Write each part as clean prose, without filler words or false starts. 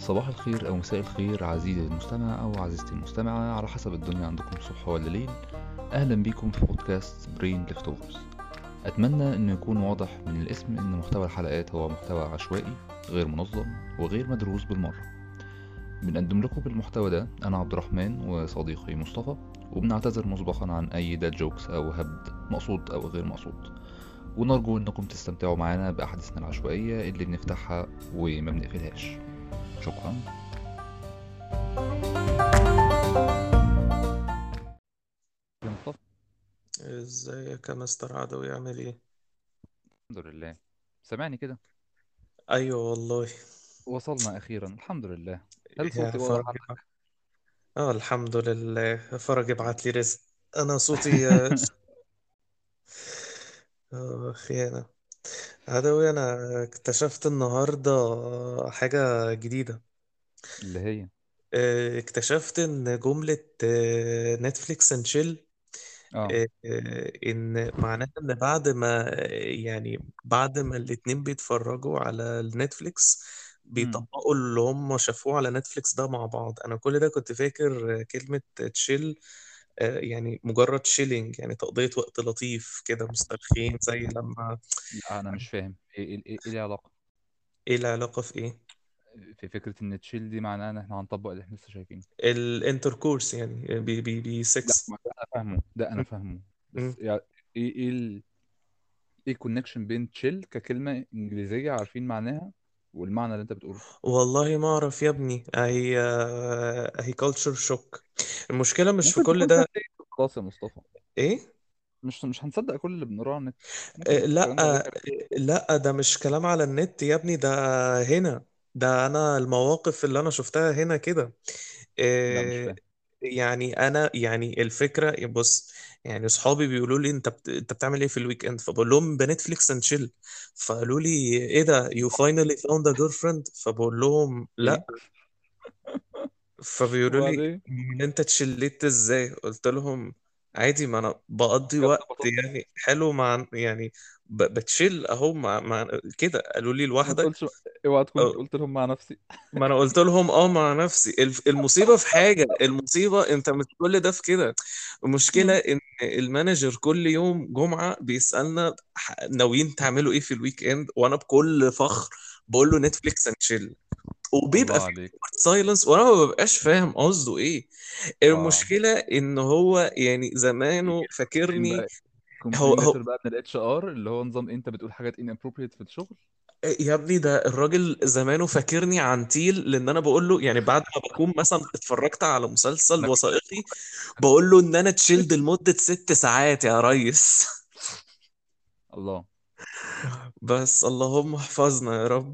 صباح الخير أو مساء الخير عزيزي المستمع أو عزيزتي المستمعة على حسب الدنيا عندكم صبح ولا ليل. أهلا بيكم في بودكاست برين ليفتوفرز. أتمنى أنه يكون واضح من الاسم أن محتوى الحلقات هو محتوى عشوائي غير منظم وغير مدروس بالمرة. بنقدم لكم بالمحتوى ده أنا عبد الرحمن وصديقي مصطفى، وبنعتذر مسبقا عن أي داد جوكس أو هبد مقصود أو غير مقصود، ونرجو أنكم تستمتعوا معنا بأحاديثنا العشوائية اللي بنفتحها وما بنقفلهاش. شكرا. يا مصطفى، ازيك يا مستر عدوي؟ يعمل ايه؟ الحمد لله. سامعني كده؟ ايوه والله. وصلنا أخيرا، الحمد لله. هل يا صوتي واضح فرج عنك؟ الحمد لله. فرج ابعت لي رزق. انا صوتي خيانة. عدوي، انا اكتشفت النهاردة حاجة جديدة. اللي هي؟ اكتشفت ان جملة نتفليكس اند شيل، اه. ان معناها ان بعد ما الاتنين بيتفرجوا على النتفليكس امم بيطبقوا اللي هم شافوه على نتفليكس ده مع بعض. انا كل ده كنت فاكر كلمة تشيل يعني مجرد شيلينج، يعني تقضية وقت لطيف كده مسترخين زي لما. لا، أنا مش فاهم إيه العلاقة ايه العلاقة في ايه؟ في فكرة إن تشيل دي معناها إن إحنا هنطبق اللي إحنا لسه شايفينه. الانتركورس، يعني بي لا، 6. ما ده أنا فاهمه، ده أنا فاهمه. بس يعني إيه الكونكشن بين تشيل ككلمة إنجليزية عارفين معناها والمعنى اللي أنت بتقوله؟ والله ما اعرف يا ابني. هي كالتشر شوك. المشكلة مش في ممكن كل تكون ده. فيك. خلاص يا مصطفى، ايه؟ مش هنصدق كل اللي بنقراه على النت. ممكن يكون لا، الكلام ده غير. لا، ده مش كلام على النت يا ابني، ده هنا. ده انا المواقف اللي انا شفتها هنا كده. لا، مش إيه، فاهم. يعني انا يعني الفكره، بص. يعني اصحابي بيقولوا لي انت بتعمل ايه في الويك اند؟ فبقول لهم بنتفليكس اند شيل. فقالوا لي ايه ده، يو فاينلي فاوند ا جيرل فريند؟ فبقول لهم لا. إيه؟ فبيقولوا لي وبعدين؟ ان انت تشليت ازاي؟ قلت لهم عادي، ما انا بقضي بجد وقت بطل. يعني حلو مع يعني بتشيل اهو مع كده. قالوا لي ما لوحدك. تقولش، اوعى تكون أه، قلت لهم مع نفسي. ما انا قلت لهم مع نفسي. المصيبه في حاجه، المصيبه انت مش كل ده في كده. المشكله مم. ان المانجر كل يوم جمعه بيسالنا ناويين تعملوا ايه في الويك اند، وانا بكل فخر بقول له نتفليكس اند شيل. وبيبقى الله في عليك. سايلنس وانا ما ببقاش فاهم قصده ايه. اه. المشكله ان هو يعني يجي زمانه كومبلين فاكرني. بقى، هو كومبلين هو ليتر بقى من الاتش ار، اللي هو نظام انت بتقول حاجات inappropriate في الشغل. يا ابني، ده الراجل زمانه فاكرني عنتيل، لان انا بقول له يعني بعد ما بكون مثلا اتفرجت على مسلسل انا كنت وثائقي بقول له ان انا اتشيلد لمده 6 ساعات يا ريس. الله. بس اللهم احفظنا يا رب.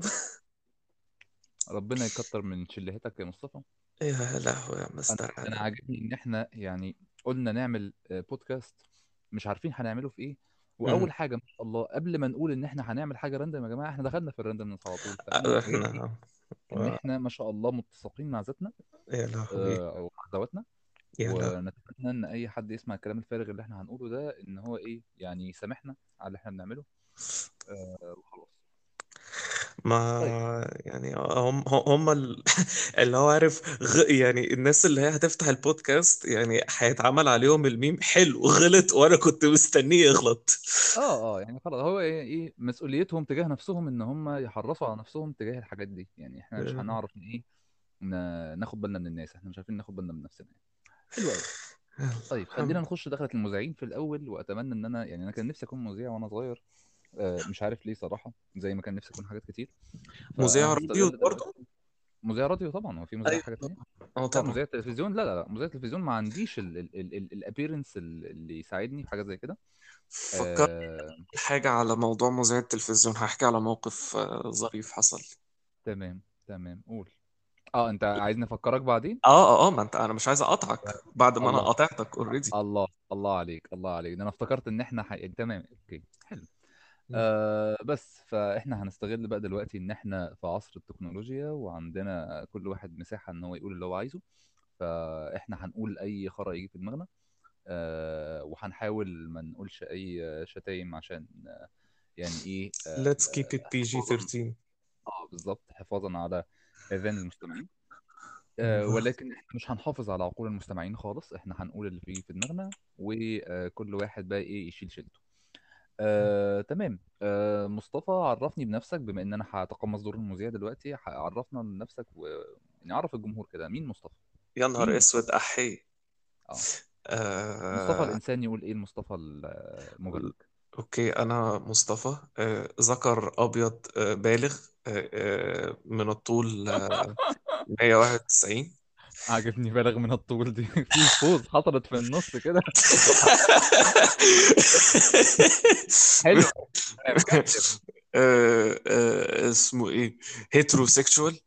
ربنا يكتر من شلهتك يا مصطفى. يا لهوي يا انا مستر انا عدو. عاجبني ان احنا يعني قلنا نعمل بودكاست، مش عارفين هنعمله في ايه. أمم. واول حاجه ما شاء الله، قبل ما نقول ان احنا هنعمل حاجه راندم يا جماعه، احنا دخلنا في الراندمنس على طول. فانا عاجبني احنا ان و- احنا ما شاء الله متسقين مع ذاتنا، يا لهوي. او مع ذواتنا. يا لهوي. ونتمنى ان اي حد يسمع الكلام الفارغ اللي احنا هنقوله ده ان هو ايه يعني يسامحنا على اللي احنا بنعمله. وخلاص. طيب. ما يعني هم اللي هو عارف يعني الناس اللي هي هتفتح البودكاست يعني هيتعمل عليهم الميم حلو غلط وانا كنت مستنيه يغلط. اه يعني خلاص، هو ايه مسؤوليتهم تجاه نفسهم ان هم يحرصوا على نفسهم تجاه الحاجات دي. يعني احنا مش هنعرف ناخد بالنا من الناس، احنا مش عارفين ناخد بالنا من نفسنا يعني. حلو قوي. طيب، خلينا الحمد. نخش دخلة المذيعين في الاول. واتمنى ان انا يعني انا كان نفسي اكون مذيع وانا صغير. مش عارف ليه صراحة، زي ما كان نفسي اكون حاجات كتير. مذيع فانا راديو هستغل دلوقتي. برضه؟ مذيع راديو طبعا، هو في مذيع ايوه حاجة تانية؟ طبعا. اه لا، طبعا. مذيع تلفزيون، لا، مذيع تلفزيون ما عنديش الابيرنس اللي يساعدني في حاجة زي كده. فكرت آه... حاجة على موضوع مذيع التلفزيون، هحكي على موقف ظريف حصل. تمام تمام، قول. اه، انت عايزني افكرك بعدين؟ ما انت، انا مش عايز اقطعك بعد ما انا الله. قاطعتك اوريدي. الله عليك، الله عليك. ده انا افتكرت ان احنا تمام، اوكي، حلو. بس فاحنا هنستغل بقى دلوقتي ان احنا في عصر التكنولوجيا، وعندنا كل واحد مساحة ان هو يقول اللي هو عايزه. فاحنا هنقول اي خرا يجي في دماغنا. وهنحاول ما نقولش اي شتايم عشان يعني ايه Let's keep it حفاظا. PG-13. اه، بالظبط، حفاظا على اذان المستمعين. بالظبط. ولكن احنا مش هنحافظ على عقول المستمعين خالص، احنا هنقول اللي فيه في دماغنا، وكل واحد بقى ايه يشيل شيلته. تمام. مصطفى، عرفني بنفسك، بما ان انا هتقمص دور المذيع دلوقتي، عرفنا بنفسك ونعرف الجمهور كده مين مصطفى. يا مين نهار مصطفى؟ اسود احي. اه. مصطفى آه... الانسان يقول ايه المصطفى المبرمج؟ اوكي، انا مصطفى، ذكر ابيض، بالغ، من الطول 191. عاجبني بالغ من الطول دي. في بوز حصلت في النص كده. حلو. تمام، كمل يا ابني. اسمه ايه؟ هيتروسيكشوال.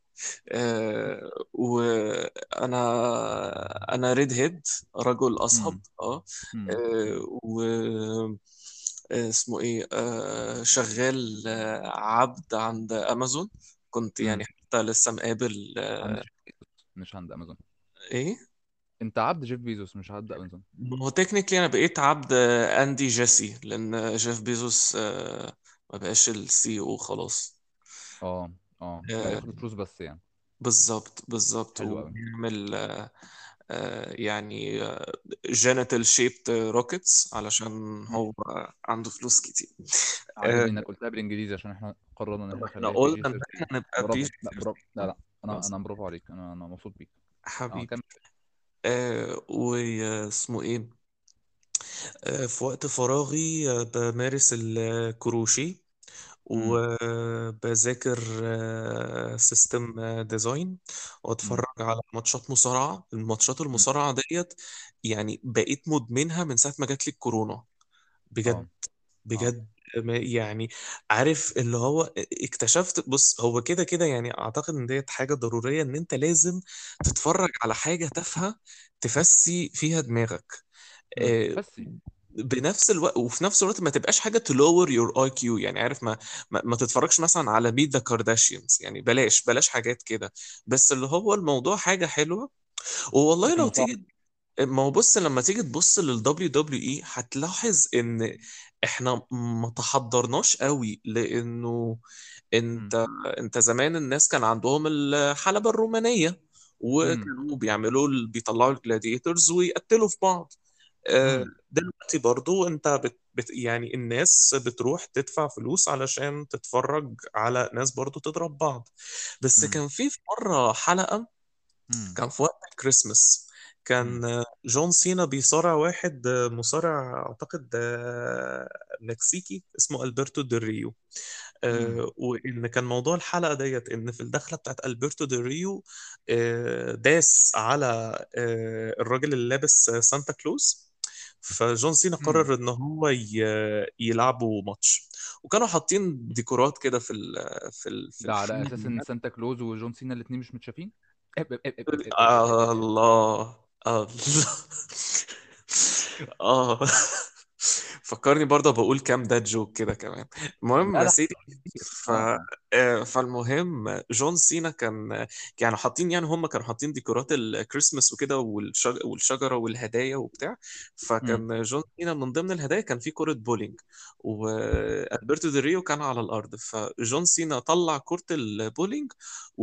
وانا ريد هيد، رجل اصهب. امم. اه. امم. و اسمه ايه؟ شغال عبد عند امازون. كنت يعني امم. حتى لسه مقابل عند جيف بيزوس مش عند امازون. ايه. انت عبد جيف بيزوس مش عبد امازون. ما هو تكنيكلي انا بقيت عبد اندي جيسي، لان جيف بيزوس ما بقاش السي او خلاص. اه. اه، بقى آه، ياخد فلوس بس يعني. بالظبط بالظبط، حلو قوي. وبيعمل يعني جينيتال شيبت روكيتس علشان هو عنده فلوس كتير. آه، عاجبني انك قلتها بالانجليزي عشان احنا قررنا ان احنا احنا نخليها بي قلنا جي ان 13. احنا نبقى بي برافو، جي لا 13. برافو، لا لا. انا خلاص. برافو عليك، انا مبسوط بيك. اه، حبيبي. كمل. واسمه ايه؟ في وقت فراغي بمارس الكروشيه، امم. وبذاكر سيستم ديزاين، امم. واتفرج على ماتشات مصارعة. الماتشات امم. المصارعة ديت يعني بقيت مدمنها من ساعة ما جات لي الكورونا. اه. بجد اه. بجد. يعني عارف اللي هو اكتشفت. بص، هو كده كده يعني اعتقد ان ديت حاجة ضرورية، ان انت لازم تتفرج على حاجة تافهة تفسي فيها دماغك. آه، تفسي. بنفس الوقت، وفي نفس الوقت ما تبقاش حاجه تلور يور اي كيو. يعني عارف، ما تتفرجش مثلا على ميت ذا كارداشيانز. يعني بلاش حاجات كده. بس اللي هو الموضوع حاجه حلوه. والله حاجه لو مفاعله. تيجي، ما هو بص، لما تيجي تبص للدبليو دبليو اي هتلاحظ ان احنا ما تحضرناش قوي، لانه امم. انت انت زمان الناس كان عندهم الحلبة الرومانية، امم. وكانوا بيطلعوا الجلاديتورز ويقتلوا في بعض. امم. دلوقتي برضو انت يعني الناس بتروح تدفع فلوس علشان تتفرج على ناس برضو تضرب بعض. بس امم. كان في مرة حلقة، امم. كان في وقت الكريسماس. امم. كان جون سينا بيصارع واحد مصارع اعتقد مكسيكي اسمه البرتو ديل ريو. امم. وان كان موضوع الحلقه ديت ان في الدخله بتاعت البرتو ديل ريو داس على الراجل اللي لابس سانتا كلوز. فجون سينا امم. قرر ان هو يلعبوا ماتش، وكانوا حاطين ديكورات كده في ده على الحلقه. اساس ان سانتا كلوز وجون سينا الاتنين مش متشافين. الله الله. اه. فكرني برضه بقول كام داد جوك كده كمان. المهم لا يا لا، سيدي. كتير. ف اه. اه. فالمهم جون سينا كان يعني حاطين، يعني هم كانوا حاطين ديكورات الكريسماس وكده، والشجره والهدايا وبتاع. امم. فكان جون سينا من ضمن الهدايا كان في كرة بولينج، والبرتو دي ريو كان على الارض. فجون سينا طلع كرة البولينج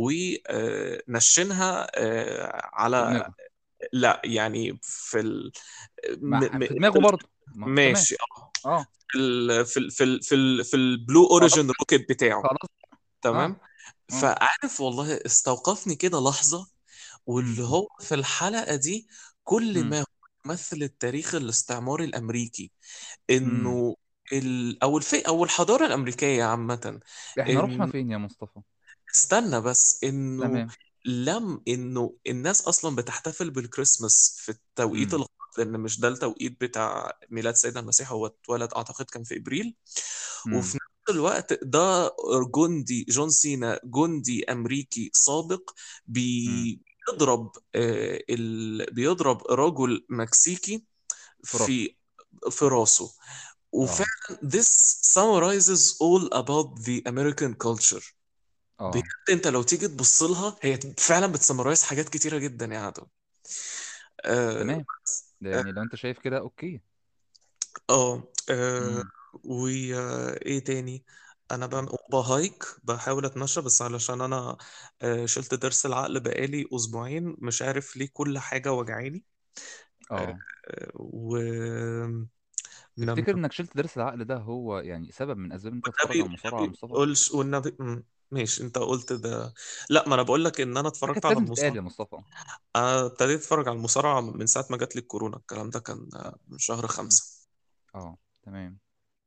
ونشنها في على، دماغه. لا يعني في دماغه برضه، تمام. ماشي. اه. في البلو خلاص. اوريجين روكيت بتاعه. خلاص. اه. تمام. اه. فعارف والله استوقفني كده لحظة، امم. واللي هو في الحلقة دي كل امم. ما هو يمثل التاريخ الاستعماري الأمريكي، امم. إنه أو الحضارة الأمريكية عامة. احنا رحنا فين يا مصطفى؟ استنى بس، تمام. انه الناس اصلا بتحتفل بالكريسماس في التوقيت امم. الغلط، لان مش ده التوقيت بتاع ميلاد سيدنا المسيح. هو اتولد اعتقد كان في ابريل. امم. وفي نفس الوقت ده جندي جون سينا، جندي امريكي سابق، امم. بيضرب بيضرب رجل مكسيكي في راسه. في راسه. اه. وفعلا this summarizes all about the American culture. بجد اه. انت لو تيجي تبص لها، هي فعلا بتسمرايز حاجات كتيره جدا يا عدو. اه. تمام. ده يعني لو انت شايف كده اوكي. اه. امم. وايه تاني؟ انا بهايك، بحاول اتمشى، بس علشان انا شلت ضرس العقل بقالي اسبوعين، مش عارف ليه كل حاجه وجعاني. آه، اه. و لما تفتكر انك شلت ضرس العقل ده هو يعني سبب من اسباب ان انت تتفرج على المصارعه يا والنبي مصطفى؟ قولش والنبي ماشي، انت قلت ده. لا، ما انا بقول لك ان انا ده اتفرجت كانت على لازم تتقال المصارعه. يا مصطفى. ابتديت اتفرج على المصارعه من ساعه ما جات لي الكورونا، الكلام ده كان من شهر مم. 5. اه تمام.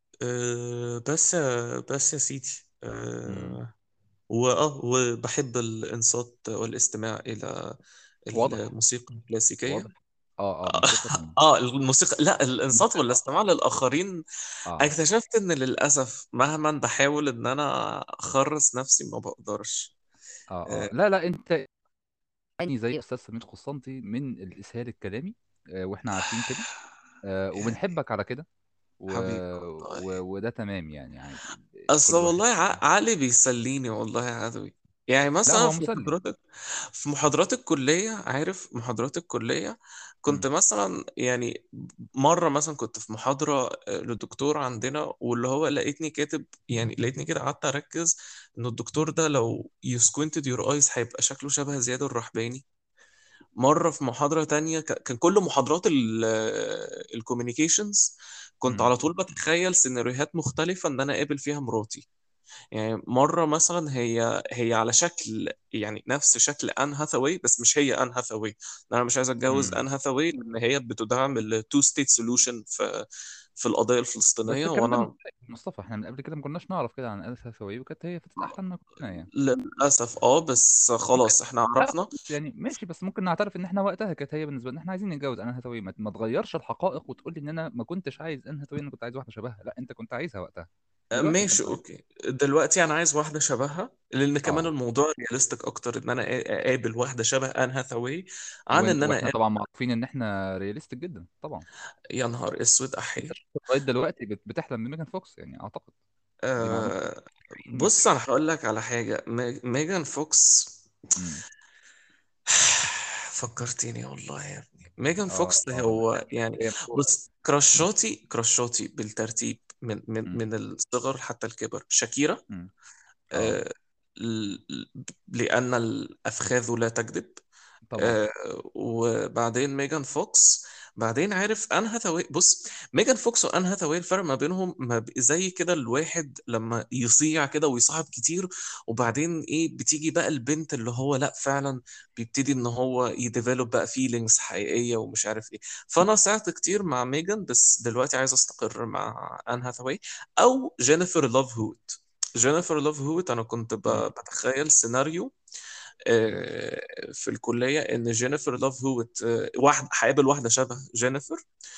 بس يا سيدي. مم. وبحب الانصات والاستماع الى واضح. الموسيقى الكلاسيكيه. واضح. اه اه، موسيقى مين؟ الموسيقى، لا، الانصات الموسيقى. والاستماع للاخرين. اه اكتشفت ان للاسف مهما بحاول ان انا اخرس نفسي ما بقدرش. اه اه، آه، لا لا، انت يعني زي استاذ سمير قسطنطي من الاسهال الكلامي. واحنا عارفين كده. يعني وبنحبك على كده. حبيبي والله. وده تمام يعني عادي. اصل كل واحد والله فينا. عقلي بيسليني والله يا عدوي. يعني لا مثلا هو في مسلي. محاضرات الكلية، عارف محاضرات الكلية، كنت مم. مثلا يعني مرة مثلا كنت في محاضرة للدكتور عندنا، واللي هو لقيتني كاتب، يعني لقيتني كده قعدت أركز إن الدكتور ده لو you squinted your eyes هيبقى شكله شبه زياد الرحباني. مرة في محاضرة تانية كان كل محاضرات الكوميونيكيشنز كنت مم. على طول بتخيل سيناريوهات مختلفة إن أنا أقابل فيها مراتي. يعني مرة مثلا هي على شكل، يعني نفس شكل ان هاثاواي، بس مش هي ان هاثاواي. انا مش عايز اتجوز مم. ان هاثاواي لان هي بتدعم التو ستيت سولوشن في القضية بس الفلسطينية، الكلام ده من وانا مصطفى، احنا من قبل كده ما كناش نعرف كده عن انسة سوي، وكانت هي فتاة احلامنا كلنا يعني. للاسف بس ممكن. خلاص احنا لا عرفنا. بص يعني ماشي، بس ممكن نعترف ان احنا وقتها كانت هي بالنسبه لنا احنا عايزين نتجوز انا هاتوي. ما تغيرش الحقائق وتقول لي ان انا ما كنتش عايز ان هاتوي، انا كنت عايز واحده شبهها. لا انت كنت عايزها وقتها. دلوقتي انت ماشي، مش عايز. اوكي. دلوقتي انا عايز واحدة شبهها، لان كمان اه. الموضوع رياليستيك اكتر ان انا اقابل واحدة شبه ان هاثاواي عن ان انا واحنا اقابل. طبعا معروفين ان احنا رياليستيك جدا طبعا. يا نهار اسود انت احي. شخص لغايه دلوقتي بتحلم بميجان فوكس يعني اعتقد. دي معلومه. أه ما بص، انا فيش. هقول لك على حاجه. ميجان فوكس. امم. فكرتيني والله يا ابني. ميجان اه فوكس اه، هو يعني، هي مشهوره. بص، كراشاتي بالترتيب من الصغر حتى الكبر: شاكيرا. امم. اه أه لأن الأفخاذ لا تكذب. طبعا. آه، وبعدين ميجان فوكس. بعدين عارف ان هاثاواي. بص، ميجان فوكس وان هاثاواي الفرق ما بينهم ما زي كده الواحد لما يصيع كده ويصاحب كتير، وبعدين ايه بتيجي بقى البنت اللي هو لا فعلا بيبتدي ان هو يديفلوب بقى فيلينجز حقيقية ومش عارف ايه. فانا ساعدت كتير مع ميجان، بس دلوقتي عايز استقر مع ان هاثاواي او جينيفر لوف هوت. جينيفر لوف هوت انا كنت امم. بتخيل سيناريو في الكلية إن جينيفر لاف هوت واحد هيقابل واحدة شبه جينيفر،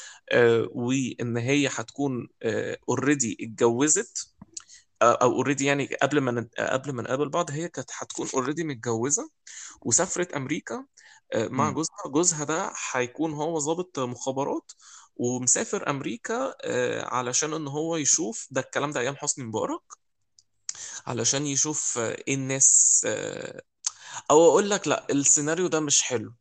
وإن هي هتكون اوريدي اتجوزت، أو اوريدي يعني قبل ما نقابل بعض هي كانت هتكون اوريدي متجوزة وسافرت أمريكا مع امم. جوزها ده هيكون هو ضابط مخابرات، ومسافر أمريكا علشان إن هو يشوف ده. الكلام ده أيام حسني مبارك، علشان يشوف إيه الناس. او اقول لك لا، السيناريو ده مش حلو.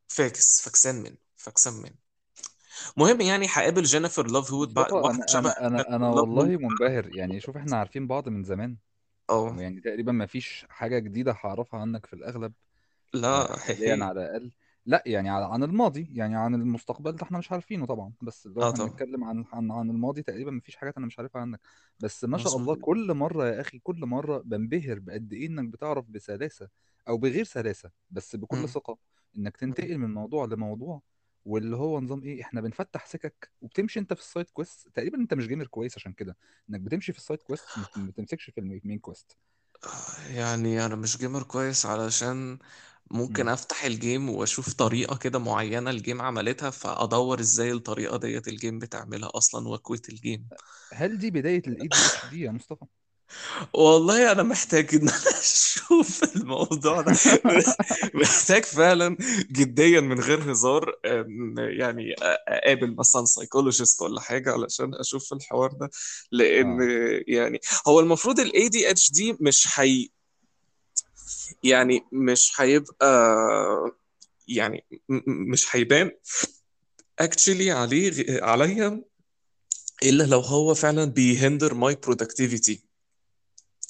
فاكسان منه. مهم يعني هقابل جينيفر لاف هوت مصطفى، بقى، واحده شبه انا جينيفر لاف والله هوت. منبهر يعني. شوف احنا عارفين بعض من زمان، اه، ويعني تقريبا ما فيش حاجه جديده هعرفها عنك في الاغلب. لا، حاليا هي. على الاقل. لا يعني عن الماضي، يعني عن المستقبل ده احنا مش عارفينه طبعا، بس لو اه احنا طبعا. بنتكلم عن الماضي تقريبا ما فيش حاجات انا مش عارفها عنك. بس ما شاء مظبوط. الله كل مره يا اخي، كل مره بنبهر بقد ايه انك بتعرف بسلاسه او بغير سلاسه بس بكل مم. ثقه انك مم. تنتقل من موضوع لموضوع. واللي هو نظام ايه، احنا بنفتح سكك وبتمشي انت في السايد كويست. تقريبا انت مش جيمر كويس عشان كده انك بتمشي في السايد كويست، ما بتمسكش في المين كويست. يعني انا مش جيمر كويس علشان ممكن افتح الجيم واشوف طريقه كده معينه الجيم عملتها، فادور ازاي الطريقه ديت الجيم بتعملها اصلا واكويت الجيم. هل دي بداية ال ADHD يا مصطفى؟ والله انا محتاج ان انا اشوف الموضوع ده. محتاج فعلا جديا من غير هزار يعني اقابل مثلا سايكولوجيست ولا حاجه علشان اشوف الحوار ده. لان اه يعني هو المفروض ال ADHD مش هيبقى، يعني مش هيبان اكشلي عليا الا لو هو فعلا بيهندر ماي productivity.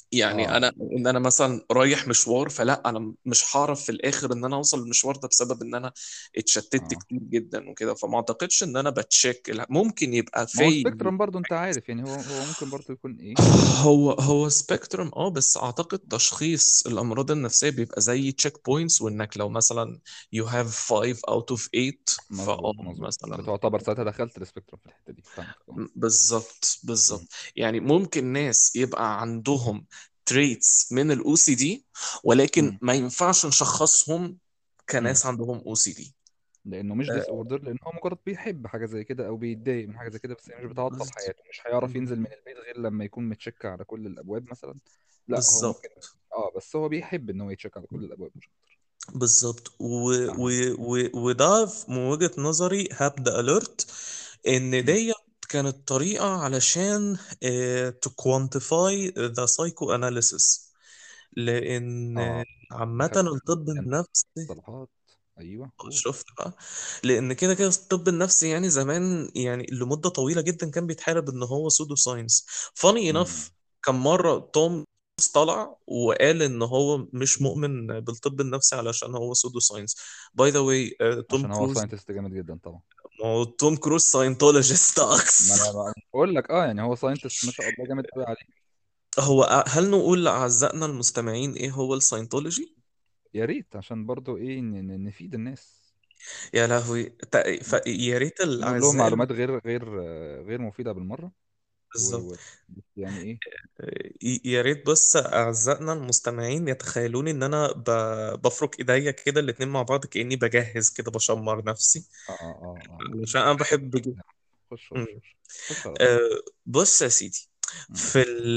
يعني اه. انا مثلا رايح مشوار، فلا انا مش هعرف في الاخر ان انا اوصل المشوار ده بسبب ان انا اتشتت اه، كتير جدا وكده. فما اعتقدش ان انا بتشيك. لا، ممكن يبقى ما هو في. سبيكترم برضو انت عارف يعني، هو ممكن برضو يكون ايه. هو سبيكترم، بس اعتقد تشخيص الامراض النفسيه بيبقى زي تشيك بوينتس، وانك لو مثلا you have 5 out of 8 مظبوط مظبوط، مثلا. بتعتبر ساعتها دخلت السبيكترم في الحته دي، فهمتك اه. بالظبط مم. بالظبط. يعني ممكن ناس يبقى عندهم تريتس من الاو سي دي، ولكن مم. ما ينفعش نشخصهم مم. كناس عندهم او سي دي. لانه مش ديس اوردر، لان هو مجرد بيحب حاجه زي كده او بيتضايق من حاجه زي كده، بس هي مش بتعطل حياته، مش هيعرف ينزل من البيت غير لما يكون متشك على كل الابواب مثلا. لا هو ممكن. بالظبط اه، بس هو بيحب ان هو يتشك على كل الابواب مش اكتر. بالظبط. اها. وده من وجهة نظري هبدأ اليرت ان مم. ديت كانت طريقة علشان to quantify the psychoanalysis. لان اه، عامة دخلت في الطب يعني النفسي، مصطلحات. ايوه قول. شفت بقى، لان كده كده الطب النفسي يعني زمان يعني لمده طويله جدا كان بيتحارب ان هو سودو ساينس. فاني مم. انف، كم مره توم طلع وقال ان هو مش مؤمن بالطب النفسي علشان هو سودو ساينس. باي ذا واي، توم عشان هو كروز. ساينتست جامد جدا طبعا. ما هو توم كروز ساينتولوجيست ما اكس. انا بقول لك اه، يعني هو ساينتست ما شاء الله جامد قوي عليه. هل نقول لاعزائنا المستمعين ايه هو الساينتولوجي؟ يا ريت عشان برضو ايه نفيد الناس. يا لهوي، يا ريت نقول لهم الاعزاء معلومات غير مفيدة بالمرة. بالظبط. و... يعني ايه. يا ريت بس أعزائنا المستمعين يتخيلوني إن أنا بفرك إيديا كده الاتنين مع بعض كأني بجهز كده بشمر نفسي. علشان أنا خش بحب خش جدا. خش خش مم. خش خش على طول. بص يا سيدي، مم.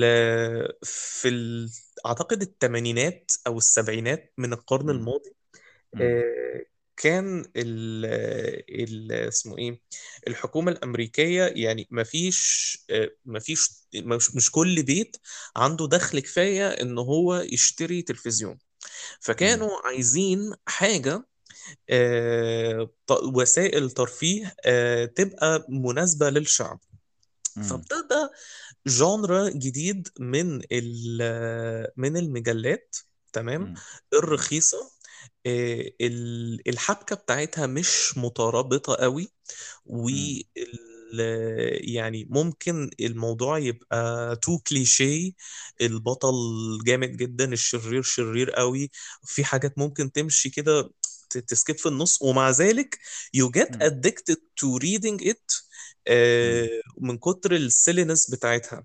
في أعتقد الثمانينات أو السبعينات من القرن مم. الماضي، مم. آه، كان اسمه ايه، الحكومة الأمريكية يعني مش كل بيت عنده دخل كفاية ان هو يشتري تلفزيون. مم. فكانوا عايزين حاجة، وسائل ترفيه تبقى مناسبة للشعب. مم. فابتدى جانرا جديد من المجلات، تمام، مم. مم. الرخيصة. الحبكة بتاعتها مش مترابطة قوي، مم. وال يعني ممكن الموضوع يبقى تو كليشيه. البطل جامد جدا، الشرير شرير قوي. في حاجات ممكن تمشي كده تسكيب في النص، ومع ذلك you get مم. addicted to reading it مم. من كتر السيلينس بتاعتها.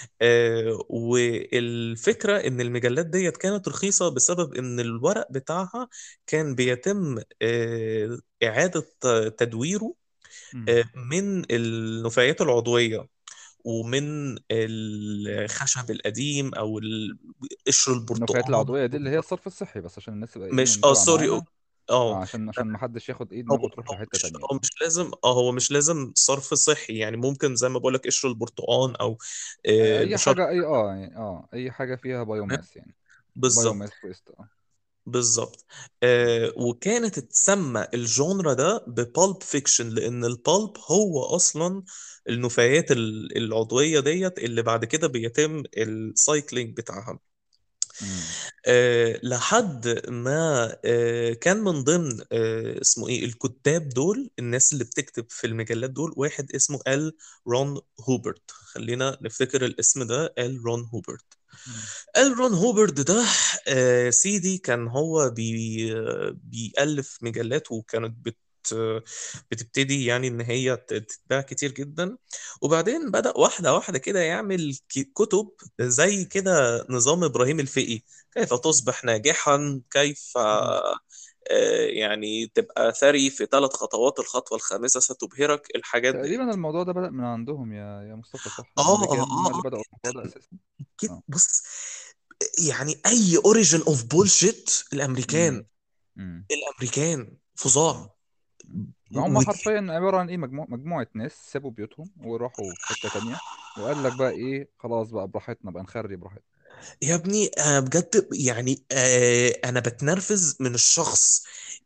والفكرة ان المجلات ديت كانت رخيصة بسبب ان الورق بتاعها كان بيتم إعادة تدويره مم. من النفايات العضوية ومن الخشب القديم او قشر النفايات البرتقال. العضوية دي اللي هي الصرف الصحي، بس عشان الناس تبقى ايه مش متابعة سوري، معانا. اه عشان ما حدش ياخد ايه هو دماغه تروح لحتة مش تانية هو يعني. مش لازم هو مش لازم صرف صحي. يعني ممكن زي ما بقول لك قشر البرتقال او اي بشر. حاجة، اي اه يعني اي حاجة فيها بايوماس يعني. بالظبط بايوماس ويست اه. بالظبط. مم. وكانت تسمى الجونرا ده ببالب فيكشن، لان البالب هو اصلا النفايات العضويه ديت اللي بعد كده بيتم السايكلينج بتاعها. مم. لحد ما كان من ضمن اسمه ايه الكتاب دول، الناس اللي بتكتب في المجلات دول، واحد اسمه ال رون هوبرت. خلينا نفتكر الاسم ده، ال رون هوبرت. مم. ال رون هوبرت ده سيدي كان هو بيألف مجلات، وكانت بتبتدي يعني ان هي تتباع كتير جدا. وبعدين بدأ واحدة واحدة كده يعمل كتب زي كده نظام إبراهيم الفقي: كيف تصبح ناجحا، كيف مم. يعني تبقى ثري في 3 خطوات، الخطوة الخامسة ستبهرك، الحاجات دي. تقريبا الموضوع ده بدأ من عندهم يا مصطفى، صح؟ اه اه الامريكان هم اه اللي بدأوا الموضوع ده جدا. اساسا. اه. بص، يعني اي اوريجن اوف بولشيت، الامريكان، امم. امم. الامريكان فظاع. هم ودي حرفيا عبارة عن ايه، مجموعة ناس سابوا بيوتهم وراحوا في حتة تانية، وقال لك بقى ايه، خلاص بقى براحتنا بقى نخري براحتنا. يا ابني بجد يعني انا بتنرفز من الشخص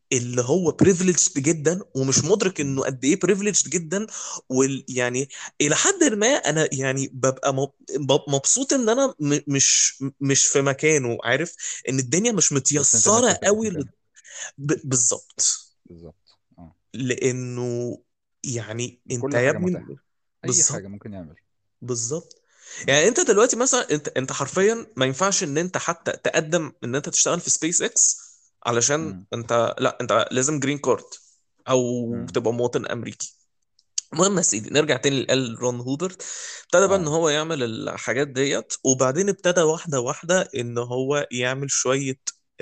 اللي هو بريفليجد جدا ومش مدرك انه قد ايه بريفليجد جدا. ويعني الى حد ما انا يعني ببقى مبسوط ان انا مش في مكانه، عارف ان الدنيا مش بس انت متيسره نفسك تبقى في قوي مكانه. بالظبط. بالظبط اه. لانه يعني انت كل يا حاجه ابني. متاحه، اي حاجه بالظبط. ممكن يعمل. بالظبط. مم. يعني انت دلوقتي مثلا انت حرفيا ما ينفعش ان انت حتى تقدم ان انت تشتغل في سبيس اكس، علشان مم. انت لا، انت لازم جرين كارد او مم. تبقى مواطن امريكي. المهم يا سيدي، نرجع تاني لقال رون هوبرت. ابتدى بقى ان اه. هو يعمل الحاجات ديت، وبعدين ابتدى واحده واحده ان هو يعمل شويه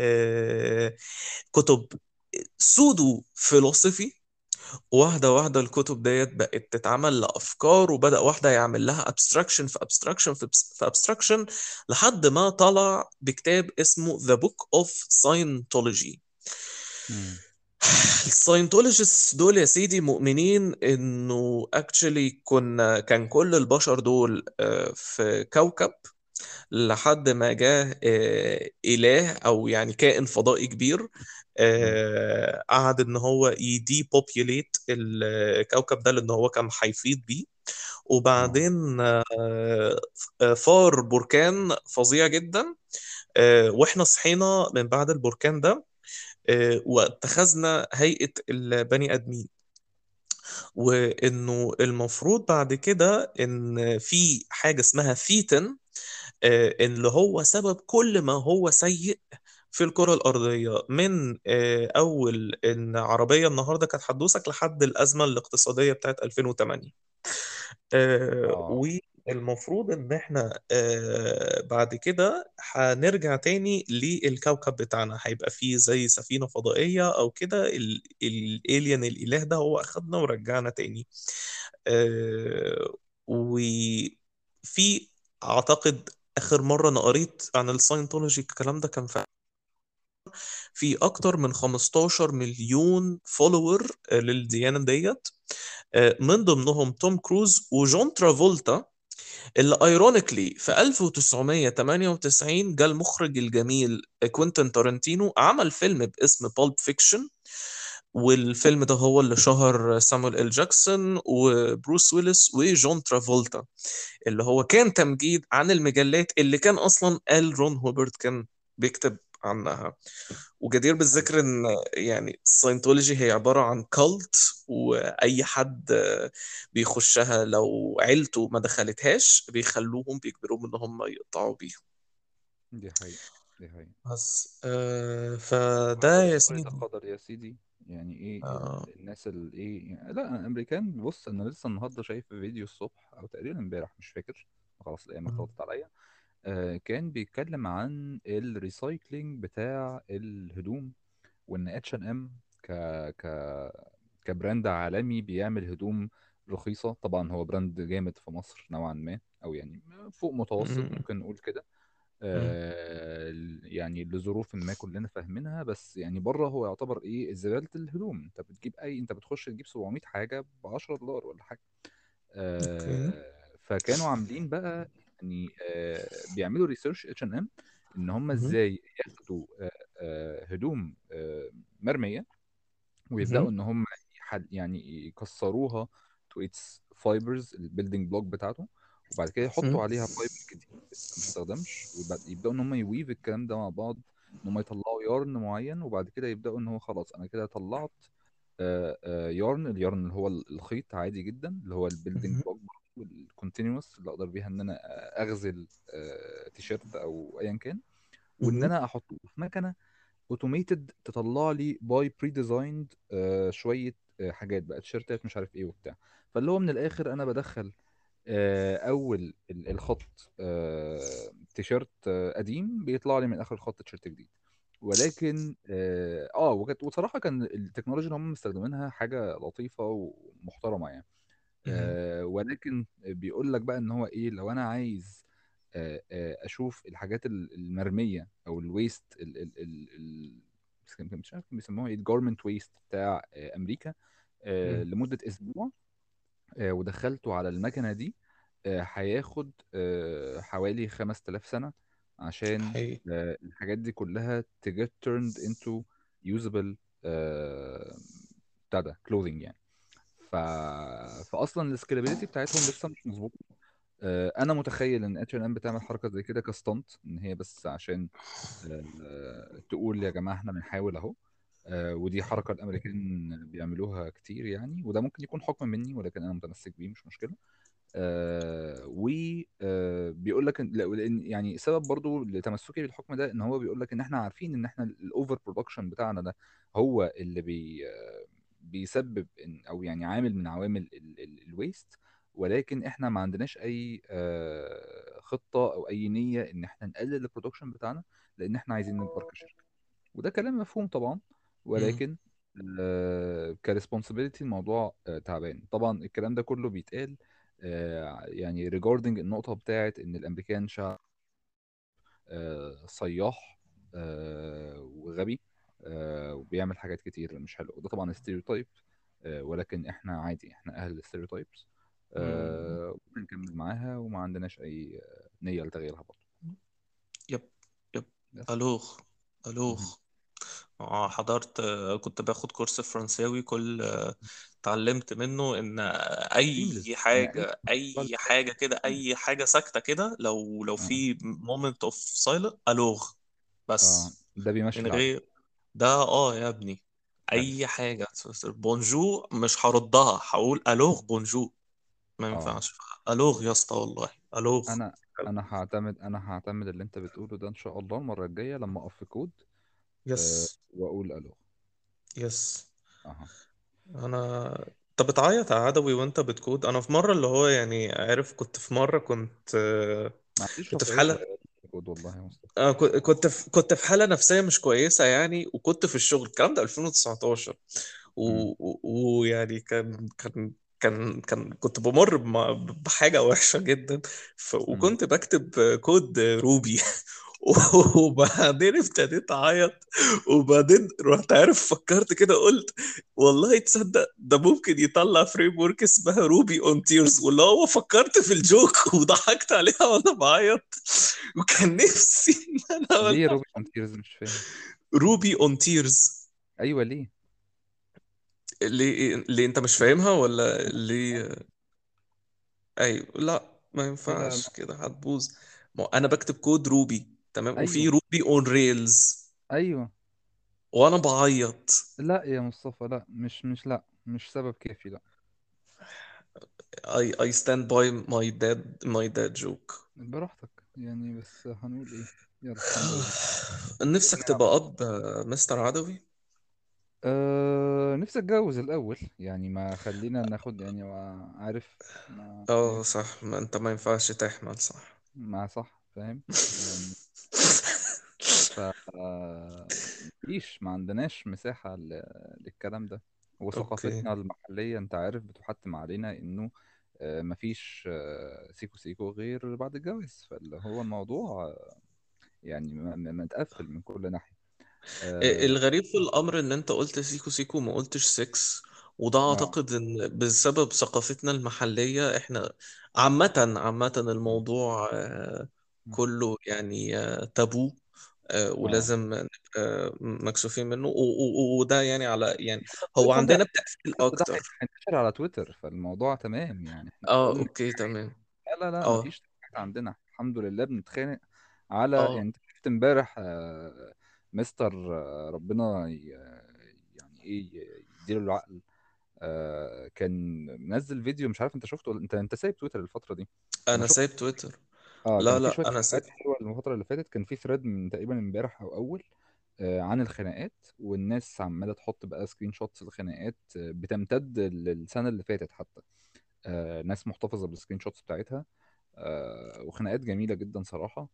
كتب سودو فيلوسفي. واحدة واحدة الكتب ديت بقت تتعمل لأفكار، وبدأ واحدة يعمل لها abstraction في abstraction في abstraction، لحد ما طلع بكتاب اسمه The Book of Scientology. مم. الساينتولوجيست دول يا سيدي مؤمنين انه actually كان كل البشر دول في كوكب، لحد ما جه إله أو يعني كائن فضائي كبير، مم. قعد إن هو يدي بوبيوليت الكوكب ده، لأن هو كان هيفيض بيه. اه. وبعدين فار بركان فظيع جدا. واحنا صحينا من بعد البركان ده، واتخذنا هيئة البني آدمين. وإنه المفروض بعد كده إن في حاجة اسمها ثيتن، اللي هو سبب كل ما هو سيء في الكرة الأرضية، من أول إن عربية النهاردة كانت هتدوسك لحد الأزمة الاقتصادية بتاعت 2008. اه. والمفروض إن إحنا بعد كده هنرجع تاني للكوكب بتاعنا، هيبقى فيه زي سفينة فضائية أو كده، الإيليان الإله ده هو أخدنا ورجعنا تاني. وفي أعتقد آخر مرة أنا قريت عن الساينتولوجي الكلام ده كان في أكتر من 15 مليون فولوور للديانة ديت. من ضمنهم توم كروز وجون ترافولتا، اللي ايرونيكلي في 1998 جاء المخرج الجميل كوينتين تارانتينو عمل فيلم باسم بالب فيكشن. والفيلم ده هو اللي شهر سامويل ال جاكسون وبروس ويلس وجون ترافولتا، اللي هو كان تمجيد عن المجلات اللي كان اصلا ال رون هوبرت كان بيكتب عنها. وجدير بالذكر ان يعني الساينتولوجي هي عبارة عن كالت، واي حد بيخشها لو عيلته ما دخلتهاش بيخلوهم بيجبروهم ان هم يقطعوا بيها. دي حقيقة. دي حقيقة. بس فده وحاجة يا شوية سيدي. قدر يا سيدي. يعني ايه آه. الناس اللي ايه يعني، لا انا امريكان. بص انا لسه النهارده شايف فيديو الصبح او تقريبا امبارح مش فاكر، خلاص الايام مم. اختلطت عليا. كان بيتكلم عن الريسايكلينج بتاع الهدوم، وان اتش ان ام ك ك كبراند عالمي بيعمل هدوم رخيصة. طبعا هو براند جامد في مصر نوعا ما، او يعني فوق متوسط مم. ممكن نقول كده. مم. يعني لظروف ما كلنا فاهمينها، بس يعني بره هو يعتبر ايه زبالة الهدوم. انت بتجيب اي، انت بتخش تجيب 700 حاجة ب 10 دولار ولا حاجة. اوكي. فكانوا عاملين بقى يعني بيعملوا ريسيرش اتش ان ام ان هم مم. ازاي ياخدوا هدوم مرمية، مم. ويبداوا ان هم يعني يكسروها تو اتس فايبرز البيلدينج بلوك بتاعته، وبعد كده مم. يحطوا عليها فايبر جديد لسه ما استخدمش، ويبداوا ان هم يويف الكلام ده مع بعض، ان هم يطلعوا يارن معين، وبعد كده يبداوا ان هو خلاص انا كده طلعت يارن. اليارن اللي هو الخيط عادي جدا، اللي هو البيلدينج مم. بلوك والكونتينوس اللي اقدر بيها ان انا اغزل تيشيرت او ايا كان، وان مم. انا احطه في مكنه اوتوميتد تطلع لي باي بري ديزايند شويه حاجات بقى تيشيرتات مش عارف ايه وبتاع. فاللي هو من الاخر انا بدخل اول الخط تيشيرت قديم بيطلع لي من اخر الخط تيشيرت جديد. ولكن وكانت وصراحه كان التكنولوجيا اللي هم مستخدمينها حاجه لطيفه ومحترمه يعني. مم. ولكن بيقول لك بقى ان هو ايه لو انا عايز اشوف الحاجات المرميه او الويست مش عارف بيسموها ايه، الجارمنت ويست بتاع امريكا مم. لمده اسبوع، ودخلته على المكنه دي، هياخد حوالي 5000 سنه عشان حقيقي. الحاجات دي كلها تجت turned into usable آه، بتاع ده كلوزنج يعني. ف... فاصلا السكيلابيلتي بتاعتهم لسه مش مظبوطه. انا متخيل ان اتش ان ام بتعمل حركه زي كده كستانت، ان هي بس عشان تقول يا جماعه احنا بنحاول اهو. ودي حركه الامريكان بيعملوها كتير يعني، وده ممكن يكون حكم مني ولكن انا متمسك بيه مش مشكله. وبيقول لك لان يعني سبب برضو لتمسكي بالحكم ده ان هو بيقول لك ان احنا عارفين ان احنا الاوفر برودكشن بتاعنا ده هو اللي بيسبب او يعني عامل من عوامل الويست. ولكن احنا ما عندناش اي خطة او اي نية ان احنا نقلل البرودكشن بتاعنا، لان احنا عايزين نكبر كشركة. وده كلام مفهوم طبعا، مم. ولكن كريسبونسبيلتي الموضوع تعبان طبعا. الكلام ده كله بيتقال يعني regarding النقطة بتاعت إن الأمريكان شعب صياح وغبي وبيعمل حاجات كتير مش حلوة. وده طبعا ستيريوتايب، ولكن احنا عادي، احنا أهل الستيريوتايبس. مم. بنكمل معاها وما عندناش أي نية لتغييرها برضه. يب يب. بس. ألوغ مهم. ألوغ. حضرت، كنت باخد كورس فرنساوي. كل اتعلمت منه ان اي سيمليس أنا قايل حاجه الموضوع اللي اي فات. حاجه كده، اي حاجه ساكته كده، لو اه في مومنت اوف سايلنت الوغ اه بس. ده بيمشي من العدد. غير ده يا ابني، ايوه. اي حاجه بونجو مش هردها، هقول الوغ بونجو. ما اه ينفعش. الوغ يا اسطى، والله الوغ. انا هعتمد اللي انت بتقوله ده ان شاء الله المره الجايه لما اقف في كود يس واقول الو. يس. اها. انا انت بتعيط يا عدوي وانت بتكود؟ انا في مره اللي هو يعني عارف، كنت في مره ما عنديش كنت في رفاهيه حاله، العياط في كود والله يا مصطفى. كنت في حاله نفسيه مش كويسه يعني، وكنت في الشغل. الكلام ده 2019. امم. ويعني كنت بمر بحاجه وحشه جدا. امم. وكنت بكتب كود روبي. وبعدين ابتديت اعيط. وبعدين رحت عارف، فكرت كده قلت والله تصدق ده ممكن يطلع فريم ورك اسمها روبي اون تيرز، واللي هو فكرت في الجوك وضحكت عليها وانا بعيط. وكان نفسي ان انا ليه اقولها. روبي فونتيرز؟ مش فاهم. روبي اون تيرز. ايوه ليه؟ ليه انت مش فاهمها ولا ليه؟ ايوه، لا ما لا لا ينفعش كده، هتبوظ. ما هو انا بكتب كود روبي تمام، وفي ايوه روبي اون ريلز، ايوه. وانا بعيط. لا يا مصطفى، لا لا مش سبب كافي، لا. I stand by my dad joke. براحتك يعني، بس هنقول ايه؟ يلا الحمد لله. نفسك ارمي على تبقى الله. اب مستر عدوي؟ نفسي اتجوز الاول يعني، ما خلينا ناخد يعني عارف. ما اه ايه. صح، ما انت ما ينفعش تحمل، صح. ما صح فاهم يعني. ف مفيش، ما عندناش مساحة للكلام ده. اوكي. وثقافتنا المحلية انت عارف بتحتم علينا انه مفيش سيكو سيكو غير بعد الجواز، فاللي هو الموضوع يعني متقفل من كل ناحية. اه. الغريب في الامر ان انت قلت سيكو سيكو، ما قلتش سكس. وده آه. اعتقد ان بسبب ثقافتنا المحلية احنا. عامة الموضوع كله يعني تابو. اه ولازم نبقى مكسوفين منه، وده يعني على يعني. هو البودكاست ده عندنا بتكفيل البودكاست ده اكتر. هينتشر على تويتر، فالموضوع تمام يعني. احنا لو اه قلنا اوكي تمام. لا لا لا اه مفيش تفاهات عندنا الحمد لله. بنتخانق على يعني، اه. انت شفت امبارح مستر ربنا يعني ايه يديله العقل. كان منزل فيديو، مش عارف انت شفته ولا انت سايب تويتر الفترة دي. انا انا شفت. سايب تويتر. كان لا في لا شوية انا سايب. حلقات حلوة الفترة اللي فاتت. كان في ثريد من تقريبا امبارح او اول عن الخناقات، والناس عمالة تحط بقى سكرين شوتس الخناقات بتمتد للسنة اللي فاتت حتى. ناس محتفظة بالسكرين شوتس بتاعتها. وخناقات جميلة جدا صراحة.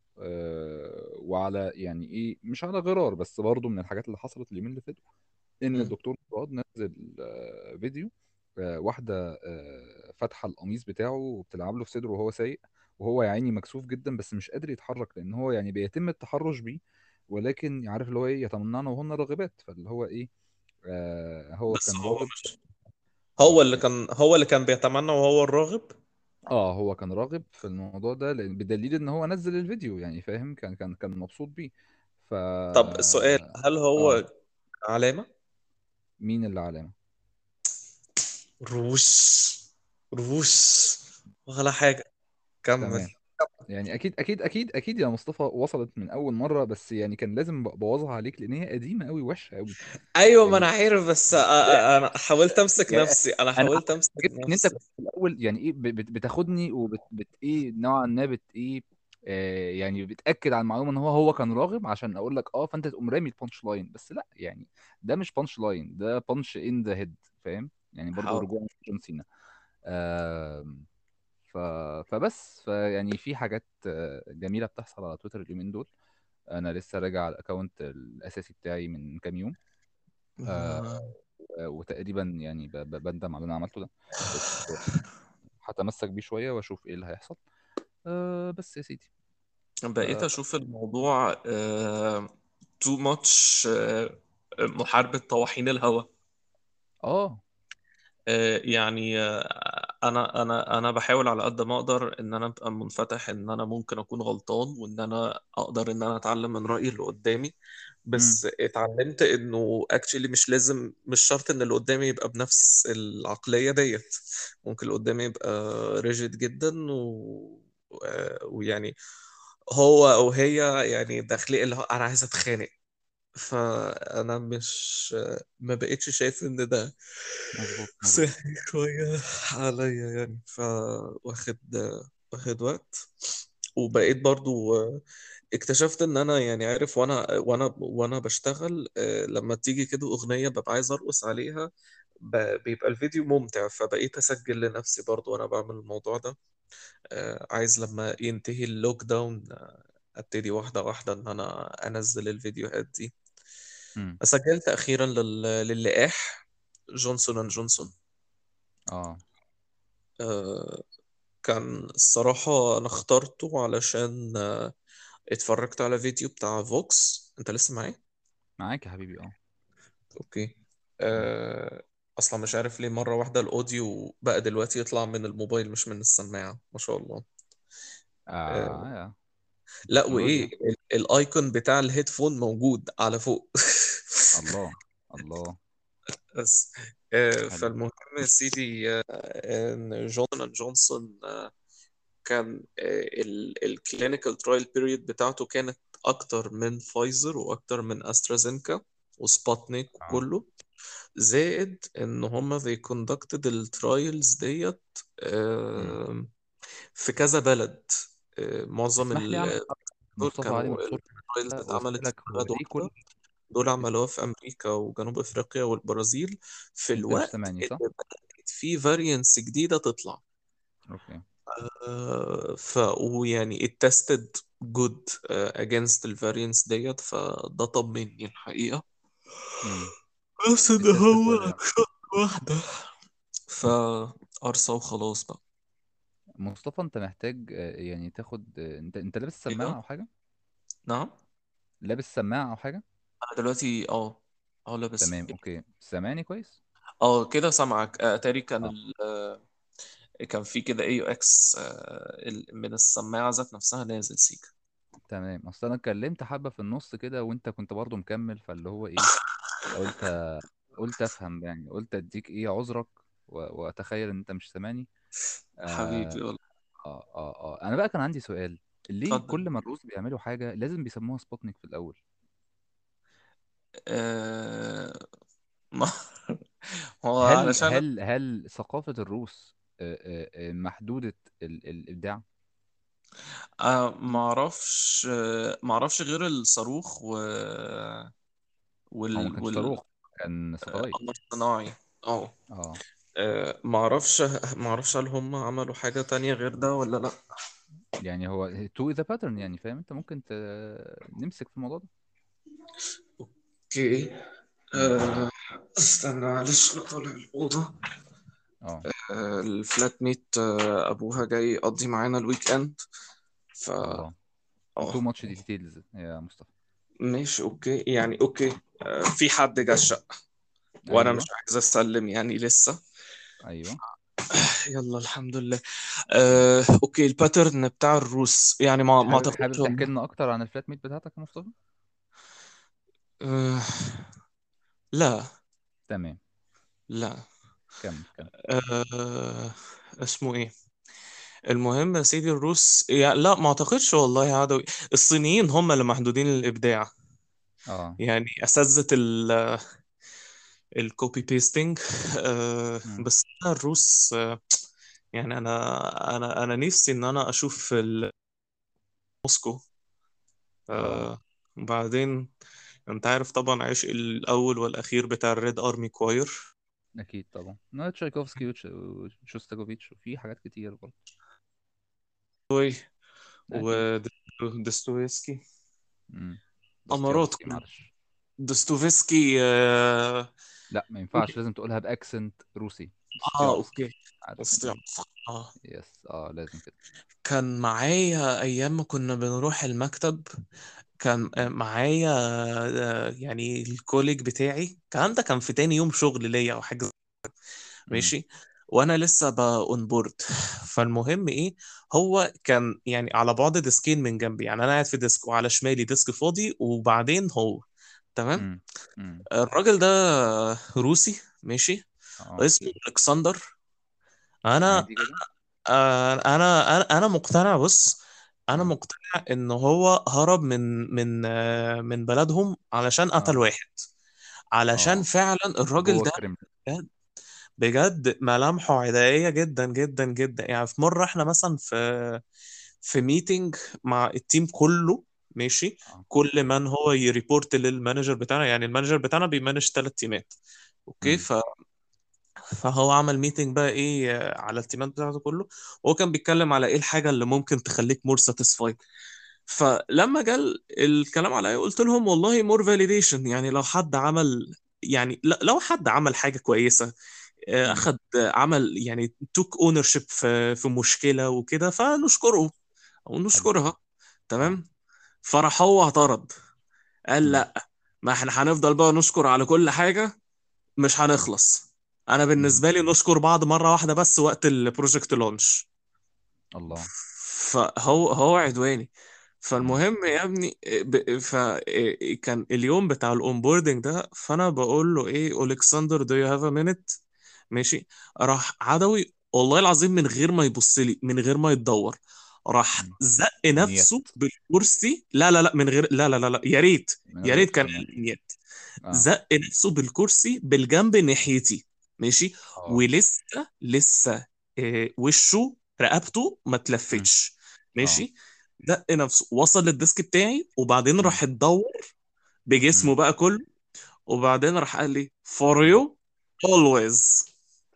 وعلى يعني ايه، مش على غرار، بس برضو من الحاجات اللي حصلت اليومين اللي فاتوا ان مم. الدكتور مراد نزل فيديو واحدة فاتحة القميص بتاعه وبتلعب له في صدره وهو سايق، وهو يا عيني مكسوف جدا بس مش قادر يتحرك لان هو يعني بيتم التحرش بيه. ولكن عارف اللي هو ايه، يتمنعن وهن راغبات، فاللي هو ايه هو بس كان هو راغب. مش اه يعني هو اللي كان بيتمنى وهو الراغب. هو كان راغب في الموضوع ده بدليل ان هو نزل الفيديو يعني فاهم، كان مبسوط بيه. ف طب السؤال، هل اه هو علامة؟ مين اللي علامة؟ روش روش ولا حاجة. كمل. تمام. يعني اكيد يا مصطفى وصلت من اول مرة، بس يعني كان لازم بوظها عليك لان هي قديمة قوي، وحشة قوي. ايوه ما انا يعني عارف، بس انا حاولت امسك يعني نفسي، انا انا حاولت امسك عرفت ان انت نفسي. كنت في الاول يعني ايه بتاخدني ايه نوعا ما ايه، يعني بتاكد على المعلومه ان هو كان راغب عشان اقول لك اه، فانت تقوم رامي البانش لاين. بس لا يعني ده مش بانش لاين، ده بانش ان ذا هيد. فاهم يعني؟ برضو حاضر. رجوع جون سينا. ف... فبس فيعني في حاجات جميله بتحصل على تويتر اليومين دول. انا لسه راجع على الاكونت الاساسي بتاعي من كام يوم. آه، آه، وتقريبا يعني بندم على اللي انا عملته ده. بس هتمسك بيه شويه واشوف ايه اللي هيحصل. بس يا سيدي. بقيت اه. اشوف الموضوع تو ماتش، محاربة طواحين الهواء. آه. يعني انا بحاول على قد ما اقدر ان انا ابقى منفتح، ان انا ممكن اكون غلطان، وان انا اقدر ان انا اتعلم من رأيي اللي قدامي. امم. بس اتعلمت انه اكشلي مش لازم، مش شرط ان اللي قدامي يبقى بنفس العقلية ديت. ممكن اللي قدامي يبقى ريجيد جدا ويعني هو او هي يعني داخلي اللي هو انا عايز اتخانق. فانا مش ما بقتش شايف ان ده مظبوط مظبوط. صحي شوية عليا يعني. واخد وقت. وبقيت برضو اكتشفت ان انا يعني عارف، وانا بشتغل لما تيجي كده اغنية ببقى عايز ارقص عليها. بيبقى الفيديو ممتع، فبقيت اسجل لنفسي برضو وانا بعمل الموضوع ده. عايز لما ينتهي اللوك داون ابتدي واحدة واحدة ان انا انزل الفيديوهات دي. امم. سجلت اخيرا للقاح جونسون اند جونسون. اه. آه، كان الصراحة أنا اخترته علشان اتفرجت على فيديو بتاع فوكس. أنت لسه معايا؟ معاك يا حبيبي اه. أوكي. مم. أصلا مش عارف ليه مرة واحدة الأوديو بقى دلوقتي يطلع من الموبايل مش من السماعة، ما شاء الله. آه، يا لا وإيه التكنولوجيا. الأيكون بتاع الهيدفون موجود على فوق. الله. الله. بس حلو. فالمهم يا سيدي، إن جونسون كان الكلينيكال ترايل بيريود بتاعته كانت اكتر من فايزر واكتر من استرازينكا وسبوتنيك اه. وكله. زائد ان هما they conducted الترايلز ديت امم. آم، في كذا بلد. معظم اسمح لي اعمل دول مصطفى علي كانوا منصور الترايلز اتعملت في واسالك هو بلد ليه واحدة. كل دول اس- عملوها في امريكا وجنوب افريقيا والبرازيل في انت مش الوقت سامعني اللي صح؟ بدأت فيه فاريانس جديدة تطلع. اوكي. ويعني it tested good against الفارينس ديت، فده طمني الحقيقة. امم. بس ان بتستد هو ولا لا؟ واحدة فأرسى وخلاص بقى. مصطفى انت محتاج يعني تاخد انت لابس ايه؟ سماعه او حاجه؟ نعم. لابس سماعه او حاجه؟ انا دلوقتي لابس. تمام اوكي، سامعني كويس. كده سامعك. اتاري كان اه كان في كده اي يو اكس من السماعة ذات نفسها نازل سيكا. تمام. اصل انا اتكلمت حبه في النص كده وانت كنت برضو مكمل، فاللي هو ايه، قلت قلت افهم يعني، قلت اديك ايه عذرك واتخيل ان انت مش سامعني. حبيبي آه. والله. انا بقى كان عندي سؤال. ليه اتفضل. كل ما الروس بيعملوا حاجه لازم بيسموها سبوتنيك في الاول؟ آه... ما هو هل علشان هل هل ثقافه الروس محدوده الابداع؟ ما اعرفش غير الصاروخ هو ما كانش وال صاروخ، كان ساتلايت. القمر الصناعي. اه اه. ما اعرفش هل هم عملوا حاجة تانية غير ده ولا لا. يعني هو تو ذا باترن يعني، فاهم؟ انت ممكن نمسك في الموضوع ده. اوكي. مم. آه، استنى معلش انا طالع الأوضة. اه. الفلات ميت ابوها جاي يقضي معانا الويك اند. ف الله. تو اه ماتش ديتيلز يا مصطفى. ماشي اوكي يعني اوكي. في حد جه الشقة وانا مش ايوه. عايز اسلم يعني لسه. ايوه. يلا الحمد لله. اوكي الباترن بتاع الروس يعني ما حابب اعتقدش تحكي هم. لنا اكتر عن الفلات ميت بتاعتك يا مصطفى؟ آه لا تمام. لا. كمل كمل. آه... اسمه ايه؟ المهم يا سيدي، الروس لا ما اعتقدش والله يا عدوي. الصينيين هم اللي محدودين الابداع، اه. يعني اساتذة الكوبي بيستنج. مم. بس أنا الروس، يعني انا نفسي ان انا اشوف في موسكو. اه. وبعدين انت عارف طبعا عشق الاول والاخير بتاع الريد ارمي كواير. اكيد طبعا، تشايكوفسكي وشوستاكوفيتش، وفي حاجات كتير برضه. اكيد. ودستويفسكي. امم. امارات دوستويفسكي كلها. معلش. دستويفسكي. لا ما ينفعش، لازم تقولها باكسنت روسي. دوستويفسكي. اوكي. عارف بس يعني. اه يس، لازم كده. كان معايا ايام ما كنا بنروح المكتب. كان مم. معايا يعني الكوليج بتاعي، كان في تاني يوم شغل ليا او حاجه. مم. ماشي. وانا لسه اون بورد. فالمهم ايه، هو كان يعني على بعد ديسكين من جنبي، يعني انا قاعد في ديسك وعلى شمالي ديسك فاضي وبعدين هو. تمام. مم. مم. الراجل ده روسي. ماشي. اه. اسمه الكسندر. انا عادي كده. انا مقتنع. بص، انا اه. مقتنع ان هو هرب من بلدهم علشان قتل اه. واحد. علشان اه. فعلا الراجل جوه ده الكريملين. بجد، بجد ملامحه عدائية جدا جدا جدا. يعني في مرة احنا مثلا في ميتنج مع التيم كله. ماشي. اه. كل من هو يريبورت للمانجر بتاعنا، يعني المانجر بتاعنا بيمانج 3 تيمات. اوكي. مم. فهو عمل ميتنج بقى ايه على التيمات بتاعته كله. وهو كان بيتكلم على ايه الحاجة اللي ممكن تخليك مور ساتيسفايد. فلما جال الكلام عليا قلت لهم والله مور فاليديشن، يعني لو حد عمل، يعني لو حد عمل حاجة كويسة، مم. اخد عمل يعني توك اونر شيب في مشكله وكده، فنشكره او حلو. نشكرها. اه. تمام. فراح هو اعترض. قال مم. لا، ما احنا هنفضل بقى نشكر على كل حاجه، مش مم. هنخلص. انا مم. بالنسبه لي نشكر بعض مره واحده بس وقت البروجكت لونش. الله. فهو عدواني. مم. فالمهم يا ابني، فكان اليوم بتاع الاونبوردنج ده، فانا بقول له ايه، الكسندر دو يو هاف ا مينيت؟ ماشي. راح عدوي والله العظيم من غير ما يبص لي، من غير ما يتدور، راح مم. زق نيت. نفسه بالكرسي. لا لا لا، من غير، لا لا لا لا، يا ريت. من يا ريت غير كان تمام. النيت. اه. زق نفسه بالكرسي بالجنب ناحيتي. ماشي. اه. ولسه وشه رقبته ما مم. تلفتش. اه. ماشي. دق نفسه وصل للديسك بتاعي وبعدين مم. راح اتدور مم. بجسمه بقى كله. وبعدين راح قال لي for مم. you always.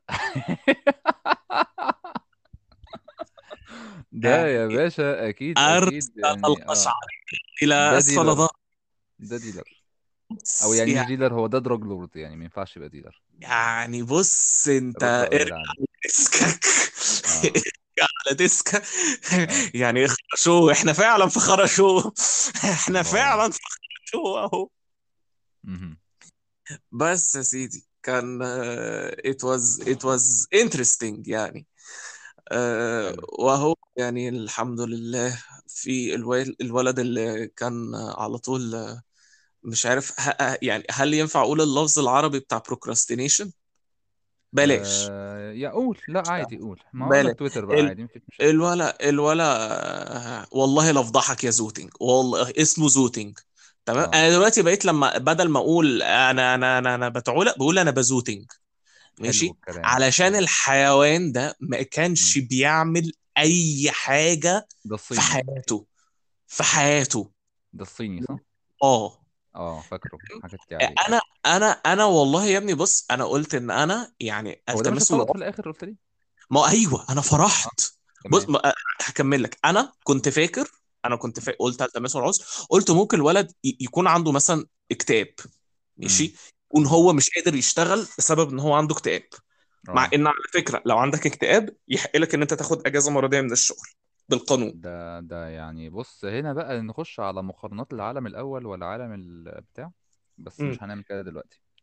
ده يا يعني باشا اكيد أرسل اكيد يعني. القشعر إلى ده أسفل ديلر. ظهري. ده ديلر. او يعني مش يعني ديلر، هو ده دراج لورد، يعني ما ينفعش يبقى ديلر. يعني بص انت رد على ارجع العالم. لديسكك. اه. ارجع على ديسكك. اه. يعني خرشو، احنا فعلا في خرشو. احنا الله. فعلا في خرشو اهو. مهم. بس يا سيدي كان it was interesting يعني. حلو. وهو يعني الحمد لله في الولد اللي كان على طول مش عارف يعني هل ينفع اقول اللفظ العربي بتاع procrastination؟ بلاش. يقول لا عادي، قول، ما اقول لك بلاش. تويتر بقى عادي، مفيش مشاكل. الولا والله لفضحك يا زوتنج، والله اسمه زوتنج. تمام. اه. انا دلوقتي بقيت لما بدل ما اقول انا بتعولق، بقول انا بزوتنج. حلو ماشي. الكلام، علشان حلو. الحيوان ده ما مم. كانش بيعمل اي حاجة ده في الصيني. حياته. في حياته. ده الصيني صح. اه. اه فاكره، حكيت لي عليه. انا والله يا ابني بص، انا قلت ان انا يعني هو ده مش التمسه اتطرد في العذر. الاخر قلت لي؟ ما ايوه انا اه. فرحت. بص تمام. هكمل لك. انا كنت فاكر قلت التمسه العذر. قلت ممكن الولد يكون عنده مثلا اكتئاب. امم. ماشي. يكون امم. هو مش قادر يشتغل بسبب ان هو عنده اكتئاب. مع اه. ان على فكره لو عندك اكتئاب يحق لك ان انت تاخد اجازه مرضيه من الشغل بالقانون. ده يعني بص، هنا بقى نخش على مقارنات العالم الاول والعالم بتاع. بس امم. مش هنعمل كده دلوقتي.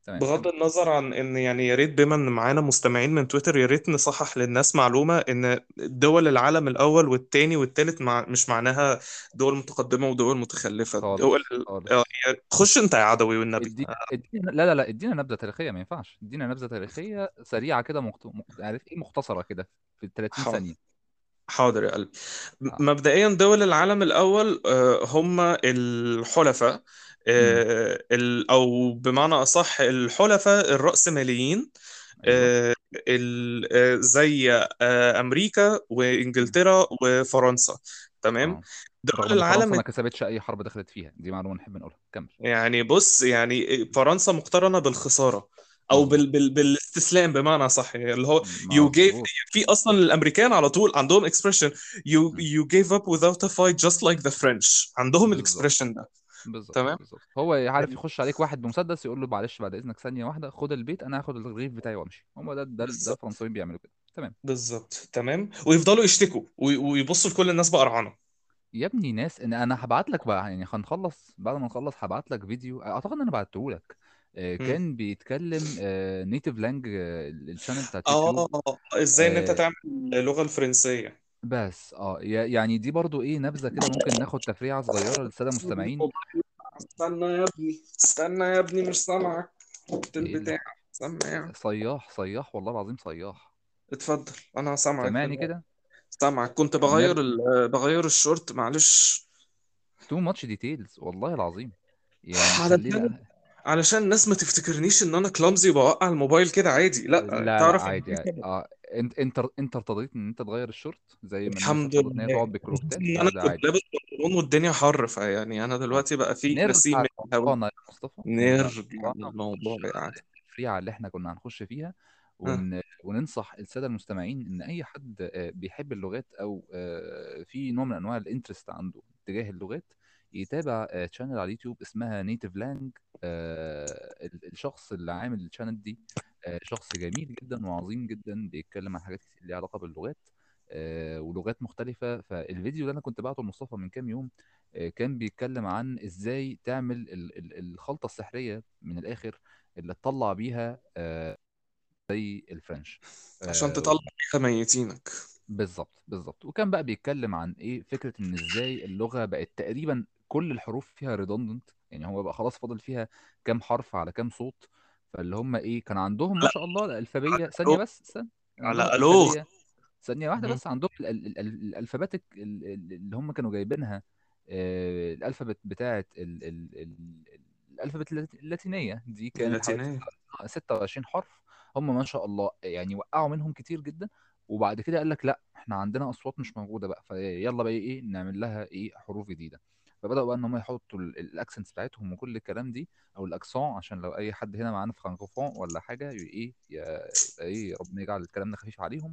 تمام بغض كمل. النظر عن ان يعني يا ريت بما ان معانا مستمعين من تويتر، يا ريت نصحح للناس معلومة ان دول العالم الاول والتاني والتالت مش معناها دول متقدمة ودول متخلفة. دول خالص خالص. خش انت يا عدوي والنبي. ادينا لا لا لا، ادينا نبذه تاريخيه، ما ينفعش، ادينا نبذه تاريخيه سريعه كده، عارف ايه، مختصره كده في 30 حاضر. ثانيه. حاضر يا قلبي. اه. مبدئيا دول العالم الأول هم الحلفاء، امم. أو بمعنى أصح الحلفاء الرأسماليين، ايوه. زي أمريكا مم. وإنجلترا وفرنسا. تمام. اه. رغم دول ان فرنسا العالم ما كسبتش اي حرب دخلت فيها، دي معلومه نحب نقولها، كمل. يعني بص، يعني فرنسا مقترنة بالخسارة او مظبوط. بالاستسلام بمعنى صح، اللي هو you gave. مظبوط. في اصلا الامريكان على طول عندهم expression you مم. you gave up without a fight just like the French، عندهم بالظبط. الاكسبريشن ده. بالظبط. تمام. بالظبط. هو عارف يخش عليك واحد بمسدس يقول له معلش بعد اذنك ثانيه واحده، خد البيت، انا هاخد الرغيف بتاعي وامشي. هم ده بالظبط. الفرنساويين بيعملوا كده. تمام. بالظبط تمام، ويفضلوا يشتكوا ويبصوا لكل الناس بقرعانه. يا ابني ناس، ان انا هبعت لك بقى، يعني هنخلص بعد ما نخلص هبعت لك فيديو، اعتقد ان انا بعته لك. مم. كان بيتكلم نيتيف لانج، الشانل بتاعت يوتيوب. اه، ازاي ان انت آه، تعمل اللغه الفرنسيه. بس يعني دي برضو ايه، نبذة كده، ممكن ناخد تفريعة صغيرة للسادة المستمعين. استنى يا ابني، استنى يا ابني، مش سامعك ايه البتاع. سامع. صياح صياح والله العظيم صياح. اتفضل، انا سامعك سامعني دلوقتي. كده. سامعك، كنت نر بغير الشورت، معلش. تو ماتش ديتيلز والله العظيم. يعني علشان خلينا. علشان الناس ما تفتكرنيش ان انا كلامزي وبوقع الموبايل كده عادي، لا لا لا تعرف ان عادي في عادي. سبب. انت ارتضيت ان انت تغير الشورت زي ما الناس الحمد ارتضت ان هي لله. تقعد خصوصاً بكروكتات، ان انا فده كنت عادي. لابس بنطلون والدنيا حر، فيعني انا اه. دلوقتي بقى في نرجع نسيم من الهواء. لموضوعنا يا مصطفى، نرجع نرجع لموضوعنا للموضوع ونخش يا على عادل. الفريعة اللي احنا كنا هنخش فيها. ها. وننصح السادة المستمعين ان اي حد بيحب اللغات، او في نوع من انواع الانترست عنده تجاه اللغات، يتابع تشانل على اليوتيوب اسمها نيتيف لانج. الشخص اللي عامل الشانل دي شخص جميل جدا وعظيم جدا، بيتكلم عن حاجات كتير ليها علاقة باللغات ولغات مختلفة. فالفيديو اللي انا كنت بعته لمصطفى من كام يوم كان بيتكلم عن ازاي تعمل الخلطة السحرية من الآخر، اللي تطلع بيها زي الفرنش. عشان تطلع آه، بيها ميتينك. بالظبط بالظبط. وكان بقى بيتكلم عن ايه فكرة ان ازاي اللغة بقت تقريبا كل الحروف فيها ريدندنت، يعني هو بقى خلاص فاضل فيها كام حرف على كام صوت. فاللي هم ايه، كان عندهم ما لا، شاء الله الألفابية، ألو. ثانية بس استنى. كان عندهم على الوغ. الألفابية، ثانية واحدة مهم. بس، عندهم الألفابات اللي هم كانوا جايبينها، الألفابت بتاعت الألفابت اللاتينية دي كانت حوالي اللاتينية. 26 حرف. هم ما شاء الله يعني وقعوا منهم كتير جدا. وبعد كده قال لك لا، احنا عندنا أصوات مش موجودة بقى، فيلا بقى ايه نعمل لها ايه حروف جديدة. فبدأوا بقى ان هم يحطوا الاكسنتس بتاعتهم وكل الكلام دي، او الاكسون، عشان لو اي حد هنا معانا في فرانكوفون ولا حاجة ايه يبقى ايه، ربنا يجعل الكلام ده خفيف عليهم.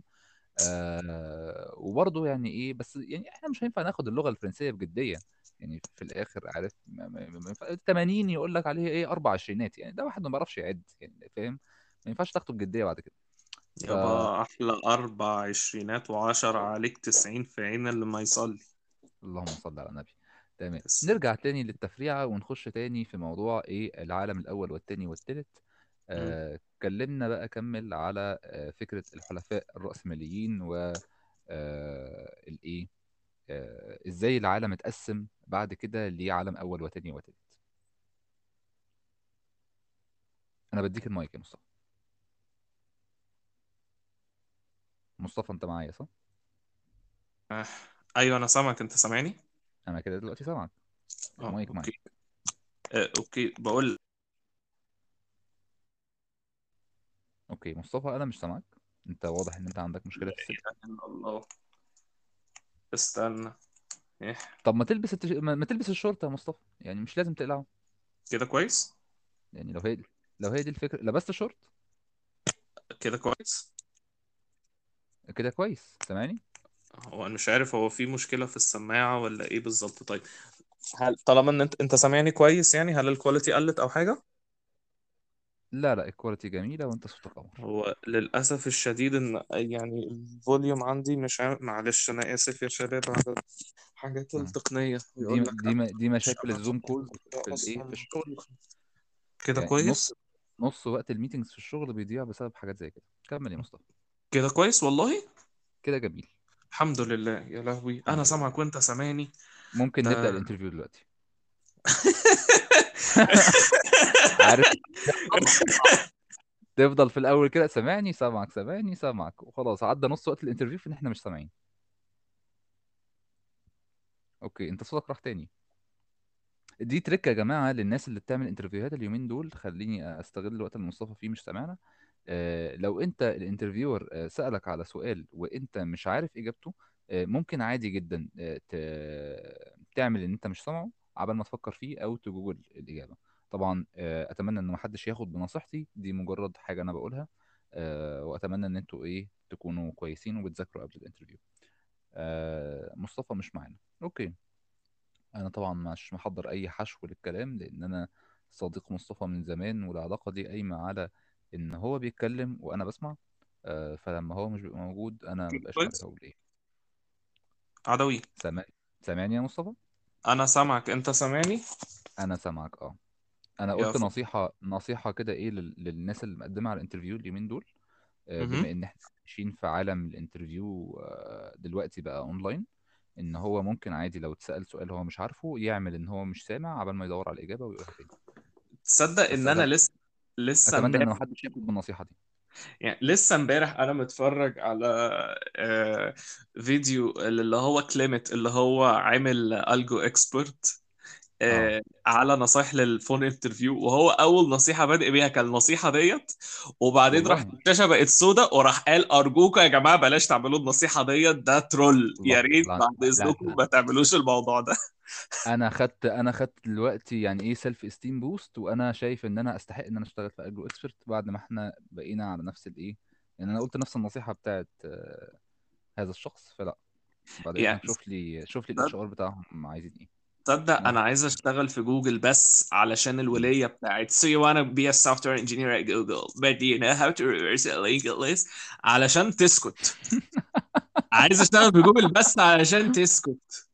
وبرضه يعني ايه، بس يعني احنا مش هينفع ناخد اللغه الفرنسيه بجديه. يعني في الاخر عارف 80 يقول لك عليه ايه اربع عشرينات، يعني ده واحد ما بيعرفش يعد، يعني فاهم. ما ينفعش تاخده بجديه بعد كده. ف يابا أحلى 24 وعشرة عليك 90 في عين اللي ما يصلي. اللهم صل على النبي. تمام، تسلم. نرجع تاني للتفريعه ونخش تاني في موضوع ايه العالم الاول والتاني والتالت. مم. اتكلمنا بقى كمل على فكره الحلفاء الرأسماليين و الايه ازاي العالم اتقسم بعد كده لعالم اول وتاني وتالت. انا بديك المايك يا مصطفى. مصطفى انت معايا صح؟ آه. أيوة أنا سامعك، أنت سامعني؟ انا كده دلوقتي سامعك. المايك أوكي. معاك. أوكي بقول. اوكي مصطفى انا مش سامعك. انت واضح ان انت عندك مشكله لا في السلك. إله إلا الله. استنى. إيه. طب ما تلبس ما تلبس الشورت يا مصطفى، يعني مش لازم تقلعه. كده كويس. يعني لو هي دي الفكره، لبست شورت كده كويس. كده كويس. سامعني؟ هو أنا مش عارف، هو في مشكلة في السماعة ولا إيه بالظبط؟ طيب، هل طالما إن أنت سامعني كويس، يعني هل الكواليتي قلت أو حاجة؟ لا لا، الكواليتي جميله وانت صوتك قمر. هو للأسف الشديد إن يعني الفوليوم عندي مش معلش، أنا آسف يا شباب على الحاجات آه. التقنية. يقول لك دي أنا مشاكل أنا الزوم كولز ده في الايه في أصلا الشغل. كده يعني نص كويس. نص وقت الميتنجز في الشغل بيضيع بسبب حاجات زي كده. كمل يا مصطفى. كده كويس والله. كده جميل. الحمد لله. يا لهوي انا الحمد لله. سامعك وانت سامعني. ممكن نبدأ ده الانترفيو دلوقتي. عارف، تفضل في الاول كده سامعني سامعك سامعني سامعك وخلاص، عدى نص وقت الانترفيو في ان احنا مش سامعين. اوكي، انت صوتك راح تاني. دي تريك يا جماعه للناس اللي بتعمل انترفيوهات اليومين دول، خليني استغل الوقت اللي مصطفى فيه مش سامعنا. لو انت الانترفيور سألك على سؤال وانت مش عارف اجابته، ممكن عادي جدا تعمل ان انت مش سامعه عبال ما تفكر فيه او تجوجل الاجابه. طبعا اتمنى ان محدش ياخد بنصيحتي دي، مجرد حاجه انا بقولها. واتمنى ان انتوا ايه تكونوا كويسين وبتذاكروا قبل الانترفيو. مصطفى مش معانا. اوكي. انا طبعا مش محضر اي حشو للكلام، لان انا صديق مصطفى من زمان، والعلاقه دي قايمه على ان هو بيتكلم وانا بسمع. فلما هو مش بيبقى موجود انا مبقاش عارف كويس. اقول ايه. عدوي. سامع؟ سامعني يا مصطفى؟ انا سامعك، انت سامعني. انا سامعك اه. انا يا قلت فل. نصيحه كده ايه للناس اللي مقدمه على الانترفيو اليومين دول. مهم. بما ان احنا عايشين في عالم الانترفيو دلوقتي بقى اونلاين، ان هو ممكن عادي لو اتسأل سؤال هو مش عارفه يعمل ان هو مش سامع عبال ما يدور على الاجابه ويقولها تاني. تصدق بس ان انا لسه اتمنى ان امبارح. محدش ياخد بالنصيحه دي. يعني لسه امبارح انا متفرج على فيديو اللي هو كليمت اللي هو عامل الجو اكسبرت اه على نصايح للفون انترفيو، وهو اول نصيحه بادئ بيها كان النصيحه ديت، وبعدين راح والله. الشاشه بقت سودة وراح قال ارجوكم يا جماعه بلاش تعملوا النصيحه ديت، ده ترول، يا الله ريت لا بعد لا اذنكم لا. ما تعملوش الموضوع ده. انا خدت دلوقتي يعني ايه سيلف استيم بوست، وانا شايف ان انا استحق ان انا اشتغل في اجرو اكسبرت بعد ما احنا بقينا على نفس الايه. يعني انا قلت نفس النصيحه بتاعت هذا الشخص، فلا. بعد يعني اذنك شوف لي الاتش ار بتاعهم عايزين ايه. تصدق انا موافق. عايز اشتغل في جوجل بس علشان مم. الوليه بتاعت so you wanna be a software engineer at Google but do you know how to reverse a linked list علشان تسكت. عايز اشتغل في جوجل بس علشان تسكت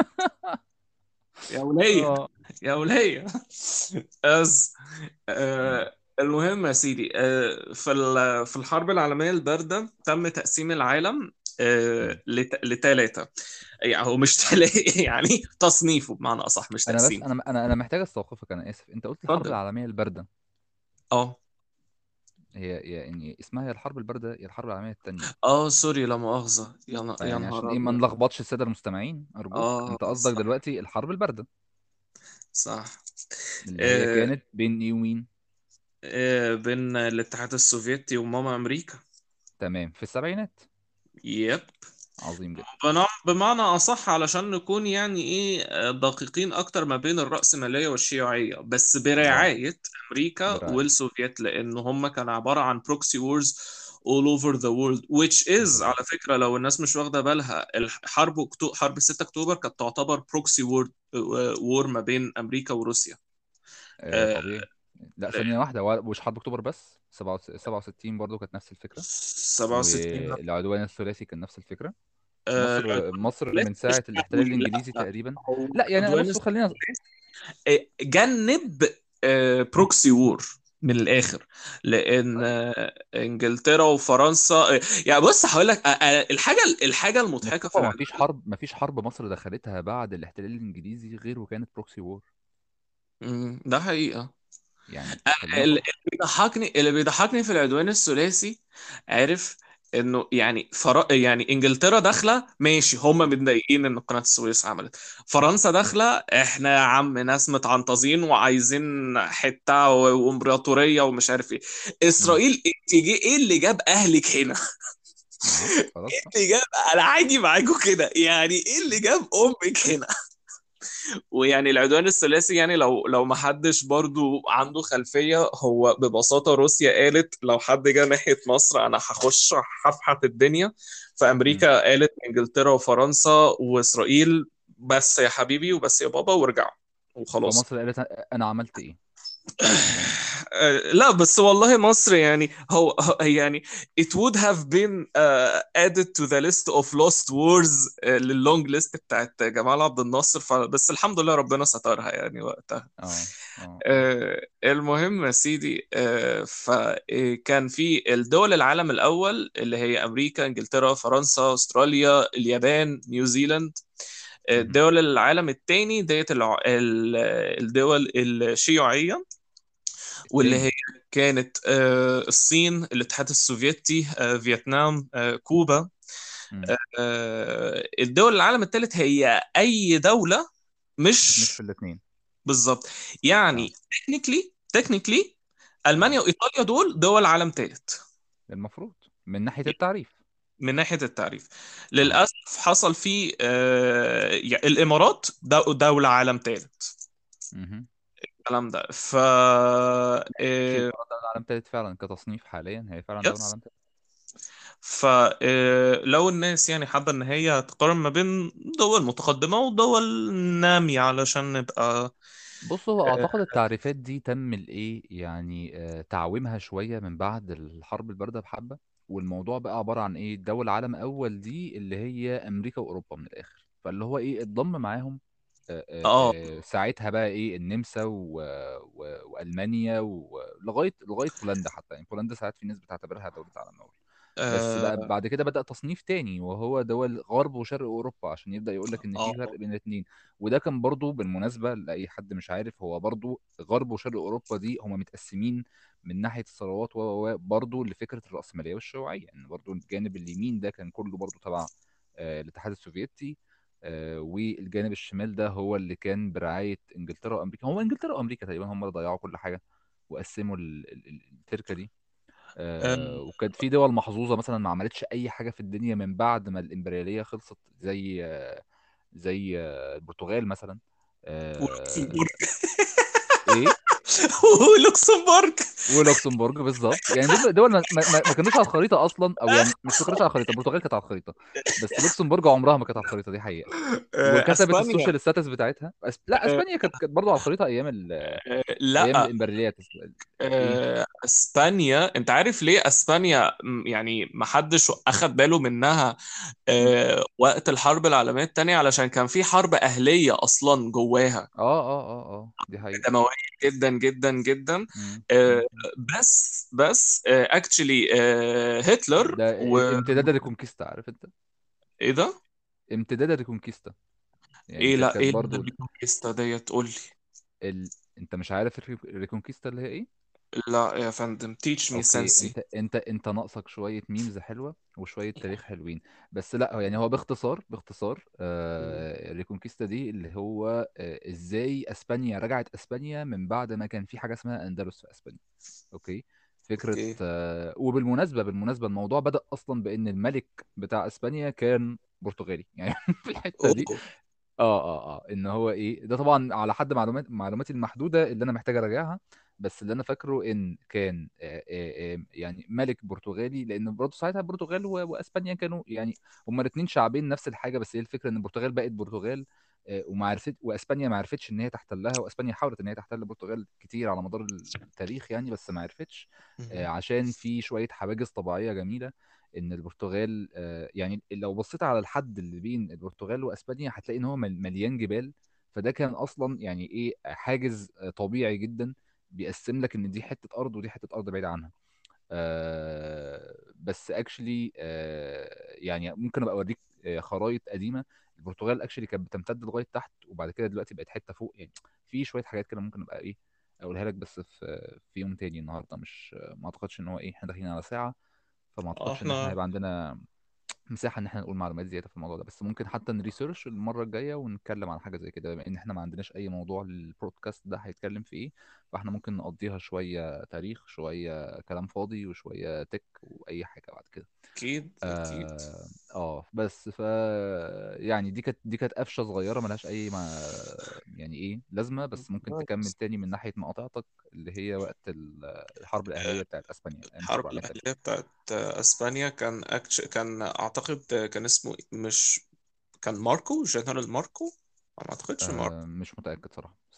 يا وليه. اه. يا وليه. بس مم. المهم يا سيدي، في الحرب العالمية الباردة تم تقسيم العالم مم. لتلاتة. يعني هو مش يعني تصنيفه بمعنى أصح مش انا بس تقسيم. انا محتاج استوقفك، انا اسف، انت قلت الحرب اتفضل. العالميه البارده. اه. هي يعني اسمها يا الحرب البارده يا الحرب العالميه الثانيه. اه سوري لا مؤاخذة، يا فيعني عشان نهار ايه ما أبيض. نلخبطش الساده المستمعين ارجوك، اه انت قصدك صح. دلوقتي الحرب البارده صح. اللي هي آه كانت بين ايه ومين؟ بين الاتحاد السوفيتي وماما أمريكا. تمام، في السبعينات. يب. عظيم جدا. بمعنى أصح علشان نكون يعني إيه دقيقين أكتر، ما بين الرأسمالية والشيوعية بس الله. برعاية أمريكا برعاية. والسوفيت، لأن هم كانوا عبارة عن بروكسي وورز all over the world which is على بالظبط. فكرة لو الناس مش واخدة بالها حرب 6 أكتوبر كانت تعتبر بروكسي وور ما بين أمريكا وروسيا. آه، طبيعي. لا ثانية لأن واحدة، هو مش حرب أكتوبر بس، 67 برضو كانت نفس الفكرة. 67 والعدوان الثلاثي كان نفس الفكرة. العدوان مصر الثلاثي من مش ساعة الاحتلال قوي، لا الإنجليزي لا. تقريبا. هو لا يعني العدوان بصوا خلينا. جنب بروكسي وور من الاخر، لان انجلترا وفرنسا يعني بص هقول لك الحاجه المضحكه في مصطفى، العالم. ما فيش حرب مصر دخلتها بعد الاحتلال الإنجليزي غير وكانت بروكسي وور. ده حقيقه. يعني خلينا اللي صراحة. بيضحكني في العدوان الثلاثي، عارف انه يعني يعني انجلترا داخله ماشي هم متضايقين ان قناه السويس عملت، فرنسا داخله احنا يا عم ناس متعنطزين وعايزين حته وامبراطوريه ومش عارف ايه، مم. اسرائيل تيجي ايه اللي جاب اهلك هنا. ما خلاص ايه بقى. اللي جاب، انا عادي معاكم كده يعني ايه اللي جاب امك هنا. ويعني العدوان الثلاثي يعني لو ما حدش برضو عنده خلفية، هو ببساطة روسيا قالت لو حد جه ناحية مصر أنا هخش هفحت الدنيا، مم. فأمريكا قالت إنجلترا وفرنسا وإسرائيل بس يا حبيبي وبس يا بابا وارجعوا وخلاص. فمصر قالت أنا عملت إيه؟ لا بس والله مصر يعني يعني it would have been added to the list of lost wars لللونج ليست بتاعت جمال عبد الناصر، بس الحمد لله ربنا سترها يعني وقتها. اه اه اه. المهم يا سيدي، فكان في الدول العالم الأول اللي هي أمريكا، إنجلترا، فرنسا، أستراليا، اليابان، نيوزيلاند. مهم. دول العالم الثاني ديت الدول الشيوعية، واللي هي التاني. كانت الصين، الاتحاد السوفيتي، فيتنام، كوبا. مم. الدول العالم الثالث هي أي دولة مش مش في الاتنين. بالظبط. اه. يعني تكنيكلي اه، ألمانيا وإيطاليا دول دول عالم ثالث المفروض من ناحية التعريف. من ناحية التعريف. اه. للأسف حصل فيه يعني الإمارات دولة عالم ثالث مهم. الكلام ده. ماشي، الإمارات دولة عالم تالت فعلا كتصنيف، حاليا هي فعلا دولة يس. عالم تالت. فلو الناس يعني حابة إن هي تقارن ما بين دول متقدمة ودول نامية علشان نبقى بص، هو آه، اعتقد التعريفات دي تم الايه يعني تعويمها شويه من بعد الحرب البارده بحبه. والموضوع بقى عباره عن ايه، الدول عالم اول دي اللي هي امريكا واوروبا من الاخر، فاللي هو ايه اتضم معاهم اه ساعتها بقى ايه النمسا والمانيا لغايه بولندا حتى، يعني بولندا ساعات في ناس بتعتبرها دوله عالم اول. بس بقى اه بعد كده بدأ تصنيف تاني، وهو دول غرب وشرق اوروبا، عشان يبدأ يقول لك ان في فرق اه بين الاثنين. وده كان برضو بالمناسبة لأي حد مش عارف، هو برضو غرب وشرق اوروبا دي هما متقسمين من ناحية الثروات برضو لفكرة الرأسمالية والشيوعية، يعني برضو الجانب اليمين ده كان كله برضو تبع الاتحاد السوفيتي، والجانب الشمال ده هو اللي كان برعاية انجلترا وامريكا. هو انجلترا وامريكا تقريبا هم اللي ضيعوا كل حاجة وقسموا التركة دي. آه، وكانت في دول محظوظة مثلا ما عملتش أي حاجة في الدنيا من بعد ما الإمبريالية خلصت، زي البرتغال مثلا. ولوكسمبورغ. إيه. ولوكسمبورغ. ولوكسمبورج بالظبط، يعني دول ما كانوش على الخريطة أصلا، أو يعني مش ما كانوش على الخريطة، البرتغال كانت على الخريطة، بس لوكسمبورج عمرها ما كانت على الخريطة، دي حقيقة. وكسبت اسبانيا. السوشيال ستاتس بتاعتها. لا، آه، اسبانيا كانت برضه على الخريطه ايام ايام لا. الامبرياليات. ايه. اسبانيا، انت عارف ليه اسبانيا يعني ما حدش اخد باله منها مم. وقت الحرب العالمية التانية؟ علشان كان في حرب أهلية أصلا جواها دي حقيقة. دموية جدا جدا جدا. مم. آه، مم. بس اكشلي هتلر ده امتداد ريكونكيستا، عارف انت. ايه ده؟ امتداد ريكونكيستا، يعني ايه لا، كانت ايه برضو الريكونكيستا ديت؟ قول لي. ال... انت مش عارف الريكونكيستا اللي هي ايه؟ لا يا فندم، teach me اوكي، سنسي. انت ناقصك شويه ميمز حلوه وشويه تاريخ حلوين. بس لا، يعني هو باختصار الريكونكيستا دي اللي هو ازاي اسبانيا رجعت اسبانيا من بعد ما كان في حاجه اسمها اندلس في اسبانيا. اوكي. فكره اوكي. وبالمناسبه الموضوع بدأ اصلا بان الملك بتاع اسبانيا كان برتغالي يعني في الحته دي. اوه. ان هو ايه ده، طبعا على حد معلوماتي المحدوده اللي انا محتاج اراجعها. بس اللي انا فاكره ان كان يعني ملك برتغالي، لان برضه ساعتها البرتغال واسبانيا كانوا يعني هما الاثنين شعبين نفس الحاجه، بس هي الفكره ان البرتغال بقت برتغال وما عرفت، واسبانيا ما عرفتش ان هي تحتلها، واسبانيا حاولت ان هي تحتل البرتغال كتير على مدار التاريخ يعني، بس ما عرفتش مهم. عشان في شويه حواجز طبيعيه جميله. ان البرتغال يعني لو بصيت على الحد اللي بين البرتغال واسبانيا هتلاقي ان هو مليان جبال. فده كان اصلا يعني ايه حاجز طبيعي جدا بيقسم لك ان دي حته ارض ودي حته ارض بعيده عنها. بس اكشلي يعني ممكن ابقى اوريك خرائط قديمه. البرتغال اكشلي كانت بتمتد لغايه تحت، وبعد كده دلوقتي بقت حته فوق يعني. في شويه حاجات كده ممكن ابقى ايه اقولها لك، بس في يوم تاني. النهارده مش ما اعتقدش ان هو ايه احنا داخلين على ساعه، فما اعتقدش ان احنا احنا هيبقى عندنا مساحة ان احنا نقول معلومات زيادة في الموضوع ده. بس ممكن حتى نريسيرش المرة الجاية ونتكلم عن حاجة زي كده، بما ان احنا ما عندناش اي موضوع للبودكاست ده هيتكلم في ايه. فاحنا ممكن نقضيها شوية تاريخ، شوية كلام فاضي، وشوية تك، واي حاجة بعد كده. اكيد اكيد. بس يعني دي كانت قفشة صغيرة ملهاش اي يعني ايه لازمة، بس ممكن تكمل نايس. تاني من ناحية ما قطعتك، اللي هي وقت الحرب الأهلية بتاعت اسبانيا ايام الحرب الحرب العالمية التانية. الأهلية بتاعت اسبانيا كان اعتقد كان اسمه مش كان ماركو، جنرال ماركو؟ ما اعتقدش ماركو. مش متأكد صراحة.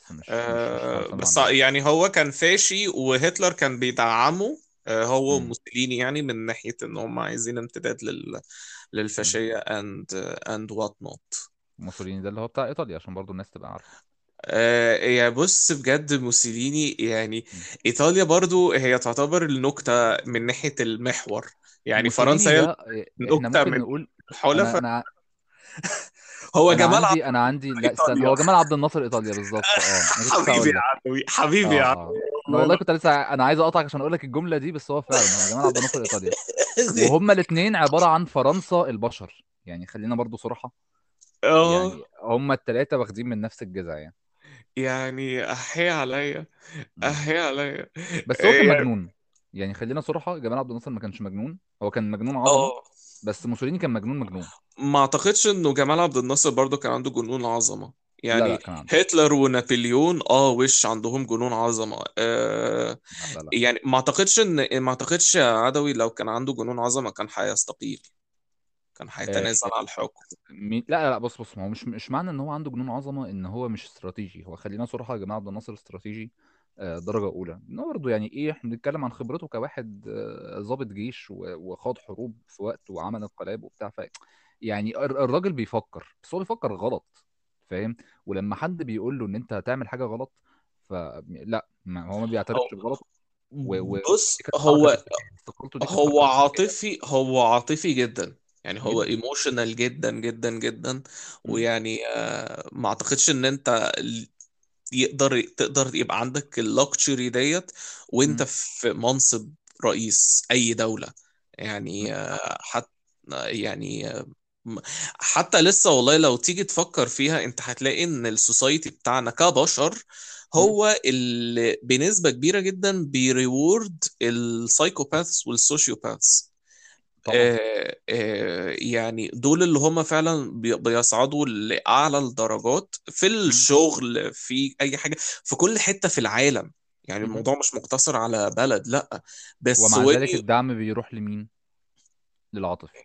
بس مش فرنسا بس المعمرة. يعني هو كان فاشي وهتلر كان بيدعمه، هو مم. وموسوليني، يعني من ناحية ان هم عايزين امتداد مم. للفاشية and what not. موسوليني ده اللي هو بتاع ايطاليا، عشان برضو الناس تبقى عارفة. يا بص بجد موسوليني يعني مم. ايطاليا برضو هي تعتبر النكتة من ناحية المحور، يعني فرنسا موسوليني هي ده احنا النكتة ممكن من نقول، الحلفاء. انا هو انا جمال عندي عبد انا عندي لا استنى، ايطاليا. هو جمال عبد الناصر ايطاليا بالظبط. اه انا كنت لسه حبيبي هقول يا لك. عدوي، حبيبي يا اه عدوي. اه انا والله والله كنت لسه انا عايز اقطعك عشان اقول لك الجمله دي، بس هو فعلا هو جمال عبد الناصر ايطاليا. وهما الاثنين عباره عن فرنسا البشر، يعني خلينا برضو صراحه. اه يعني هما الثلاثه واخدين من نفس الجذع يعني. يعني احيي عليا، مم. احيي عليا. بس هو كان إيه، مجنون. يعني خلينا صراحه، جمال عبد الناصر ما كانش مجنون، هو كان مجنون عظمه. اه بس موسوليني كان مجنون مجنون. ما اعتقدش انه جمال عبد الناصر برضو كان عنده جنون عظمة لا لا يعني. كان عنده. هتلر ونابليون وش عندهم جنون عظمة. لا لا لا. يعني ما اعتقدش يا عدوي لو كان عنده جنون عظمة كان هيستقيل، كان آه، هيتنازل على الحكم. لا لا لا، بص ما هو مش معنى ان هو عنده جنون عظمه ان هو مش استراتيجي. هو خلينا صراحه، يا جماعه عبد الناصر استراتيجي درجه اولى. ان هو برضه يعني ايه، احنا بنتكلم عن خبرته كواحد ضابط جيش وخاض حروب في وقت وعمل انقلاب وبتاع. يعني الراجل بيفكر، بس هو بيفكر غلط. فاهم؟ ولما حد بيقول له ان انت هتعمل حاجه غلط، فلا هو ما بيعترفش هو بغلط. ودي بص كانت حركه هو تكتيكيه، استقالته دي كانت هو حركه تكتيكيه عاطفي، هو عاطفي جدا، يعني هو جدا. ايموشنال جدا جدا جدا. م- ويعني ما اعتقدش ان انت تقدر يبقى عندك اللوكتشري ديت وانت م- في منصب رئيس اي دولة. م- يعني حتى يعني م- حتى لسه والله لو تيجي تفكر فيها انت هتلاقي ان السوسايتي بتاعنا كبشر م- هو اللي بنسبة كبيرة جدا بيريورد السايكوباثs والسوشيوباثs. طبعا. يعني دول اللي هم فعلا بيصعدوا لأعلى الدرجات في م- الشغل، في أي حاجة، في كل حتة في العالم. يعني م- الموضوع مش مقتصر على بلد، لا. بس ومع ذلك الدعم بيروح لمين؟ للعاطفي.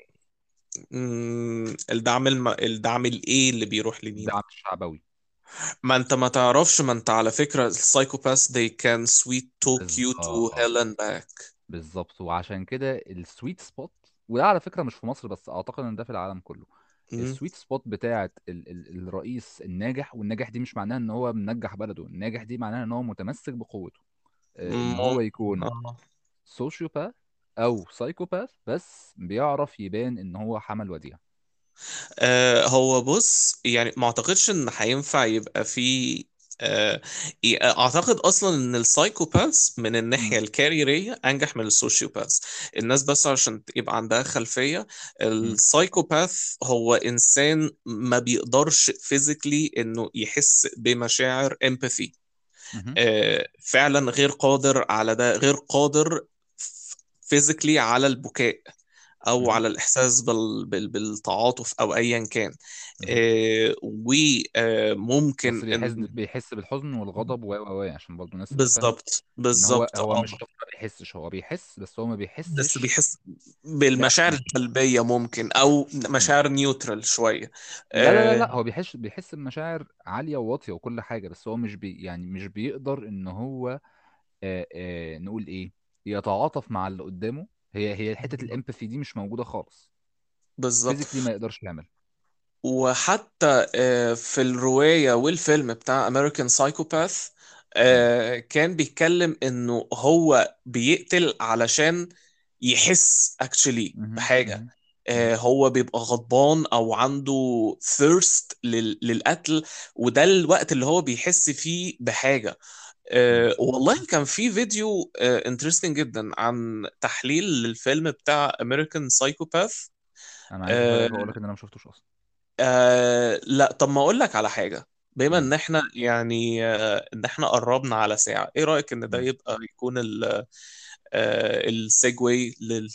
الدعم الايه اللي بيروح لمين؟ الدعم الشعبوي. ما انت ما تعرفش، ما انت على فكرة السايكوباث they can sweet talk you to بالظبط. hell and back. بالظبط، وعشان كده السويت سبوت، وده على فكرة مش في مصر بس، اعتقد ان ده في العالم كله. مم. السويت سبوت بتاعت الرئيس الناجح، والناجح دي مش معناها ان هو منجح بلده، الناجح دي معناها ان هو متمسك بقوته. ان هو ممكن يكون سوشيوباث او سايكوباث، بس بيعرف يبان ان هو حمل وديع. هو بص يعني ما اعتقدش ان هينفع يبقى في آه اعتقد اصلا ان السايكوباث من مم. الناحيه الكاريريه انجح من السوشيوباث. الناس بس عشان يبقى عندها خلفيه، مم. السايكوباث هو انسان ما بيقدرش فيزيكلي انه يحس بمشاعر امباثي. مهم. فعلا غير قادر على ده، غير قادر فيزيكلي على البكاء او مهم. على الاحساس بالتعاطف او ايا كان. مهم. وممكن بس بيحس ان بيحس بالحزن والغضب عشان برضو الناس تبقى فاهمة. بالظبط ان هو بالظبط هو مش شخص ما بيحسش، هو بيحس بس هو ما بس بيحسش. بيحس لا بالمشاعر مش. السلبية ممكن او مم. مشاعر نيوترال شوية. لا هو بيحس بمشاعر عالية وواطية وكل حاجة، بس هو مش يعني مش بيقدر ان هو نقول ايه، يتعاطف مع اللي قدامه. هي حتة الامباثي دي مش موجودة خالص. بالظبط. فيزيكلي ما يقدرش يعمل. وحتى في الرواية والفيلم بتاع أمريكان سايكوباث مم. كان بيتكلم إنه هو بيقتل علشان يحس actually مهم. بحاجة. مهم. مهم. هو بيبقى غضبان أو عنده thirst للقتل، وده الوقت اللي هو بيحس فيه بحاجة. مم. والله كان في فيديو انترستنج جدا عن تحليل للفيلم بتاع أمريكان سايكوباث. انا عايز افاجئك واقول لك ان انا ما شفتوش اصلا. لا طب ما اقول لك على حاجة. بما مم. ان احنا يعني ان احنا قربنا على ساعة، ايه رأيك ان ده مم. يبقى يكون السيجواي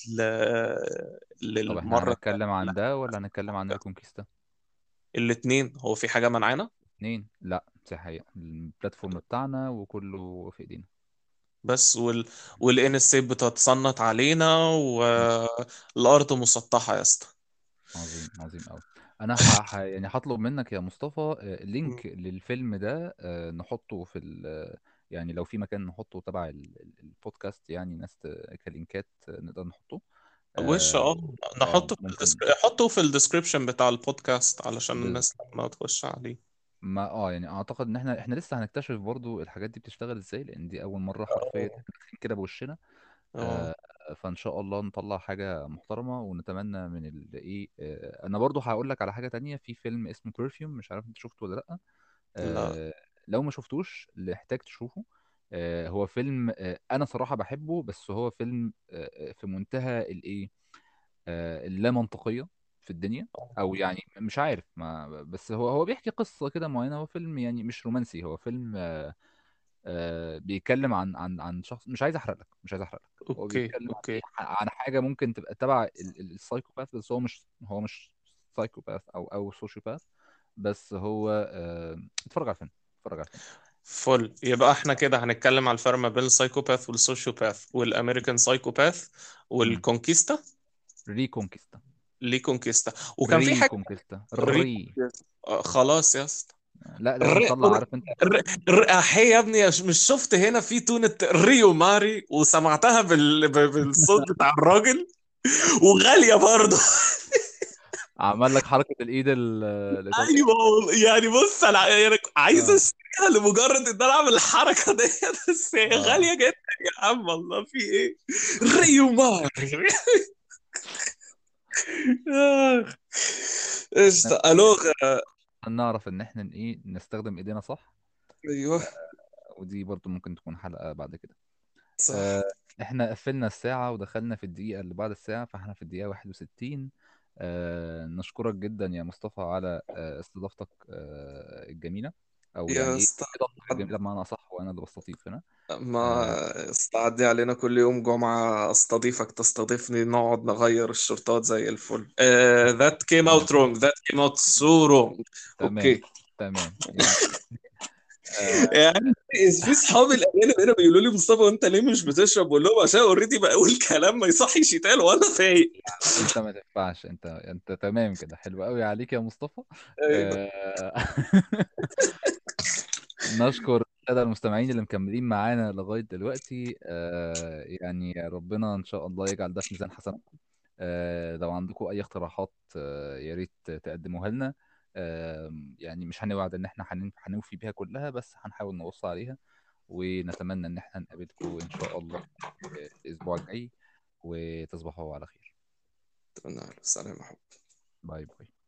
طب احنا للمرة هنتكلم التانية؟ عن ده ولا هنتكلم عن ريكونكيستا؟ الاتنين، هو في حاجة منعنا؟ اتنين، لا دي حقيقة البلاتفورم بتاعنا وكله في ايدينا. بس والان اس بتتصنت علينا مم. والارض مسطحة يا اسطى. عظيم عظيم قوي. انا يعني هطلب منك يا مصطفى مم. لينك للفيلم ده، نحطه في يعني لو في مكان نحطه تبع البودكاست، يعني ناس كلينكات نقدر نحطه. وش اه ممكن. حطه في الديسكريبشن بتاع البودكاست علشان الناس لما تخش عليه. ما يعني اعتقد ان احنا لسه هنكتشف برضو الحاجات دي بتشتغل ازاي، لان دي اول مره حرفيا اه. احنا داخلين كده بوشنا. اه. آه، فان شاء الله نطلع حاجه محترمه، ونتمنى من ايه. انا برضو هقول لك على حاجه تانية، في فيلم اسمه برفيوم، مش عارف انت شفته ولا لا. لا. آه، لو ما شفتوش محتاج تشوفه. هو فيلم انا صراحه بحبه، بس هو فيلم في منتهى الايه، اللا منطقيه في الدنيا. او يعني مش عارف، ما بس هو بيحكي قصه كده معينه. هو فيلم يعني مش رومانسي، هو فيلم بيتكلم عن شخص. مش عايز احرق لك. هو اوكي. بيتكلم عن اوكي. ايه، عن حاجه ممكن تبقى تبع السايكوباث، بس هو مش سايكوباث او سوشيوباث. بس هو اتفرج على الفيلم، اتفرج على الفيلم. فل. يبقى احنا كده هنتكلم على الفرق ما بين السايكوباث والسوشيوباث والامريكان سايكوباث والكونكيستا. ريكونكيستا. ليه كونكيستا؟ وكان في حاجه ريكونكيستا ري. خلاص يا اسطى. لا، لازم ر... نطلع، عارف انت. احي يا ابني، مش شفت هنا في تونة ريو ماري وسمعتها بالصوت بتاع الراجل، وغالية برضه. عمل لك حركة الإيد الإيطالية. ايوه يعني بص، انا يعني عايز اه. اشتريها لمجرد ان انا اعمل الحركه ديت، بس هي اه. غاليه جدا. يا عم الله في ايه؟ ريو ماري. آخ. احنا قشطة الو. نعرف ان احنا ايه نستخدم ايدينا صح. ايوه. ودي برضو ممكن تكون حلقة بعد كده. صح. آه، احنا قفلنا الساعة ودخلنا في الدقيقة اللي بعد الساعة، فاحنا في الدقيقة 61. نشكرك جدا يا مصطفى على استضافتك الجميلة، او يعني يا ايه اسطى، اضافتك الجميلة بمعنى صح، وانا اللي بستضيف هنا. آه، ما استعدي علينا كل يوم جمعة استضيفك تستضيفني، نقعد نغير الشرطات زي الفل. that came out تمام. wrong, that came out so wrong. تمام. اوكي. تمام يعني. آه، يعني في صحابي الاجانب هنا بيقولوا لي مصطفى وانت ليه مش بتشرب؟ بقول لهم عشان اوريدي بقول كلام ما يصحش يتقال وانا فايق. انت ما تنفعش، انت تمام كده، حلو قوي عليك يا مصطفى. ايوه. آه، نشكر السادة المستمعين اللي مكملين معانا لغاية دلوقتي. يعني ربنا إن شاء الله يجعل ده في ميزان حسناتكم. لو عندكم أي اقتراحات يا ريت تقدموها لنا. يعني مش هنوعد إن إحنا هنوفي بيها كلها، بس هنحاول نقص عليها. ونتمنى إن إحنا نقابلكم إن شاء الله الأسبوع الجاي. وتصبحوا على خير. سلام. باي باي.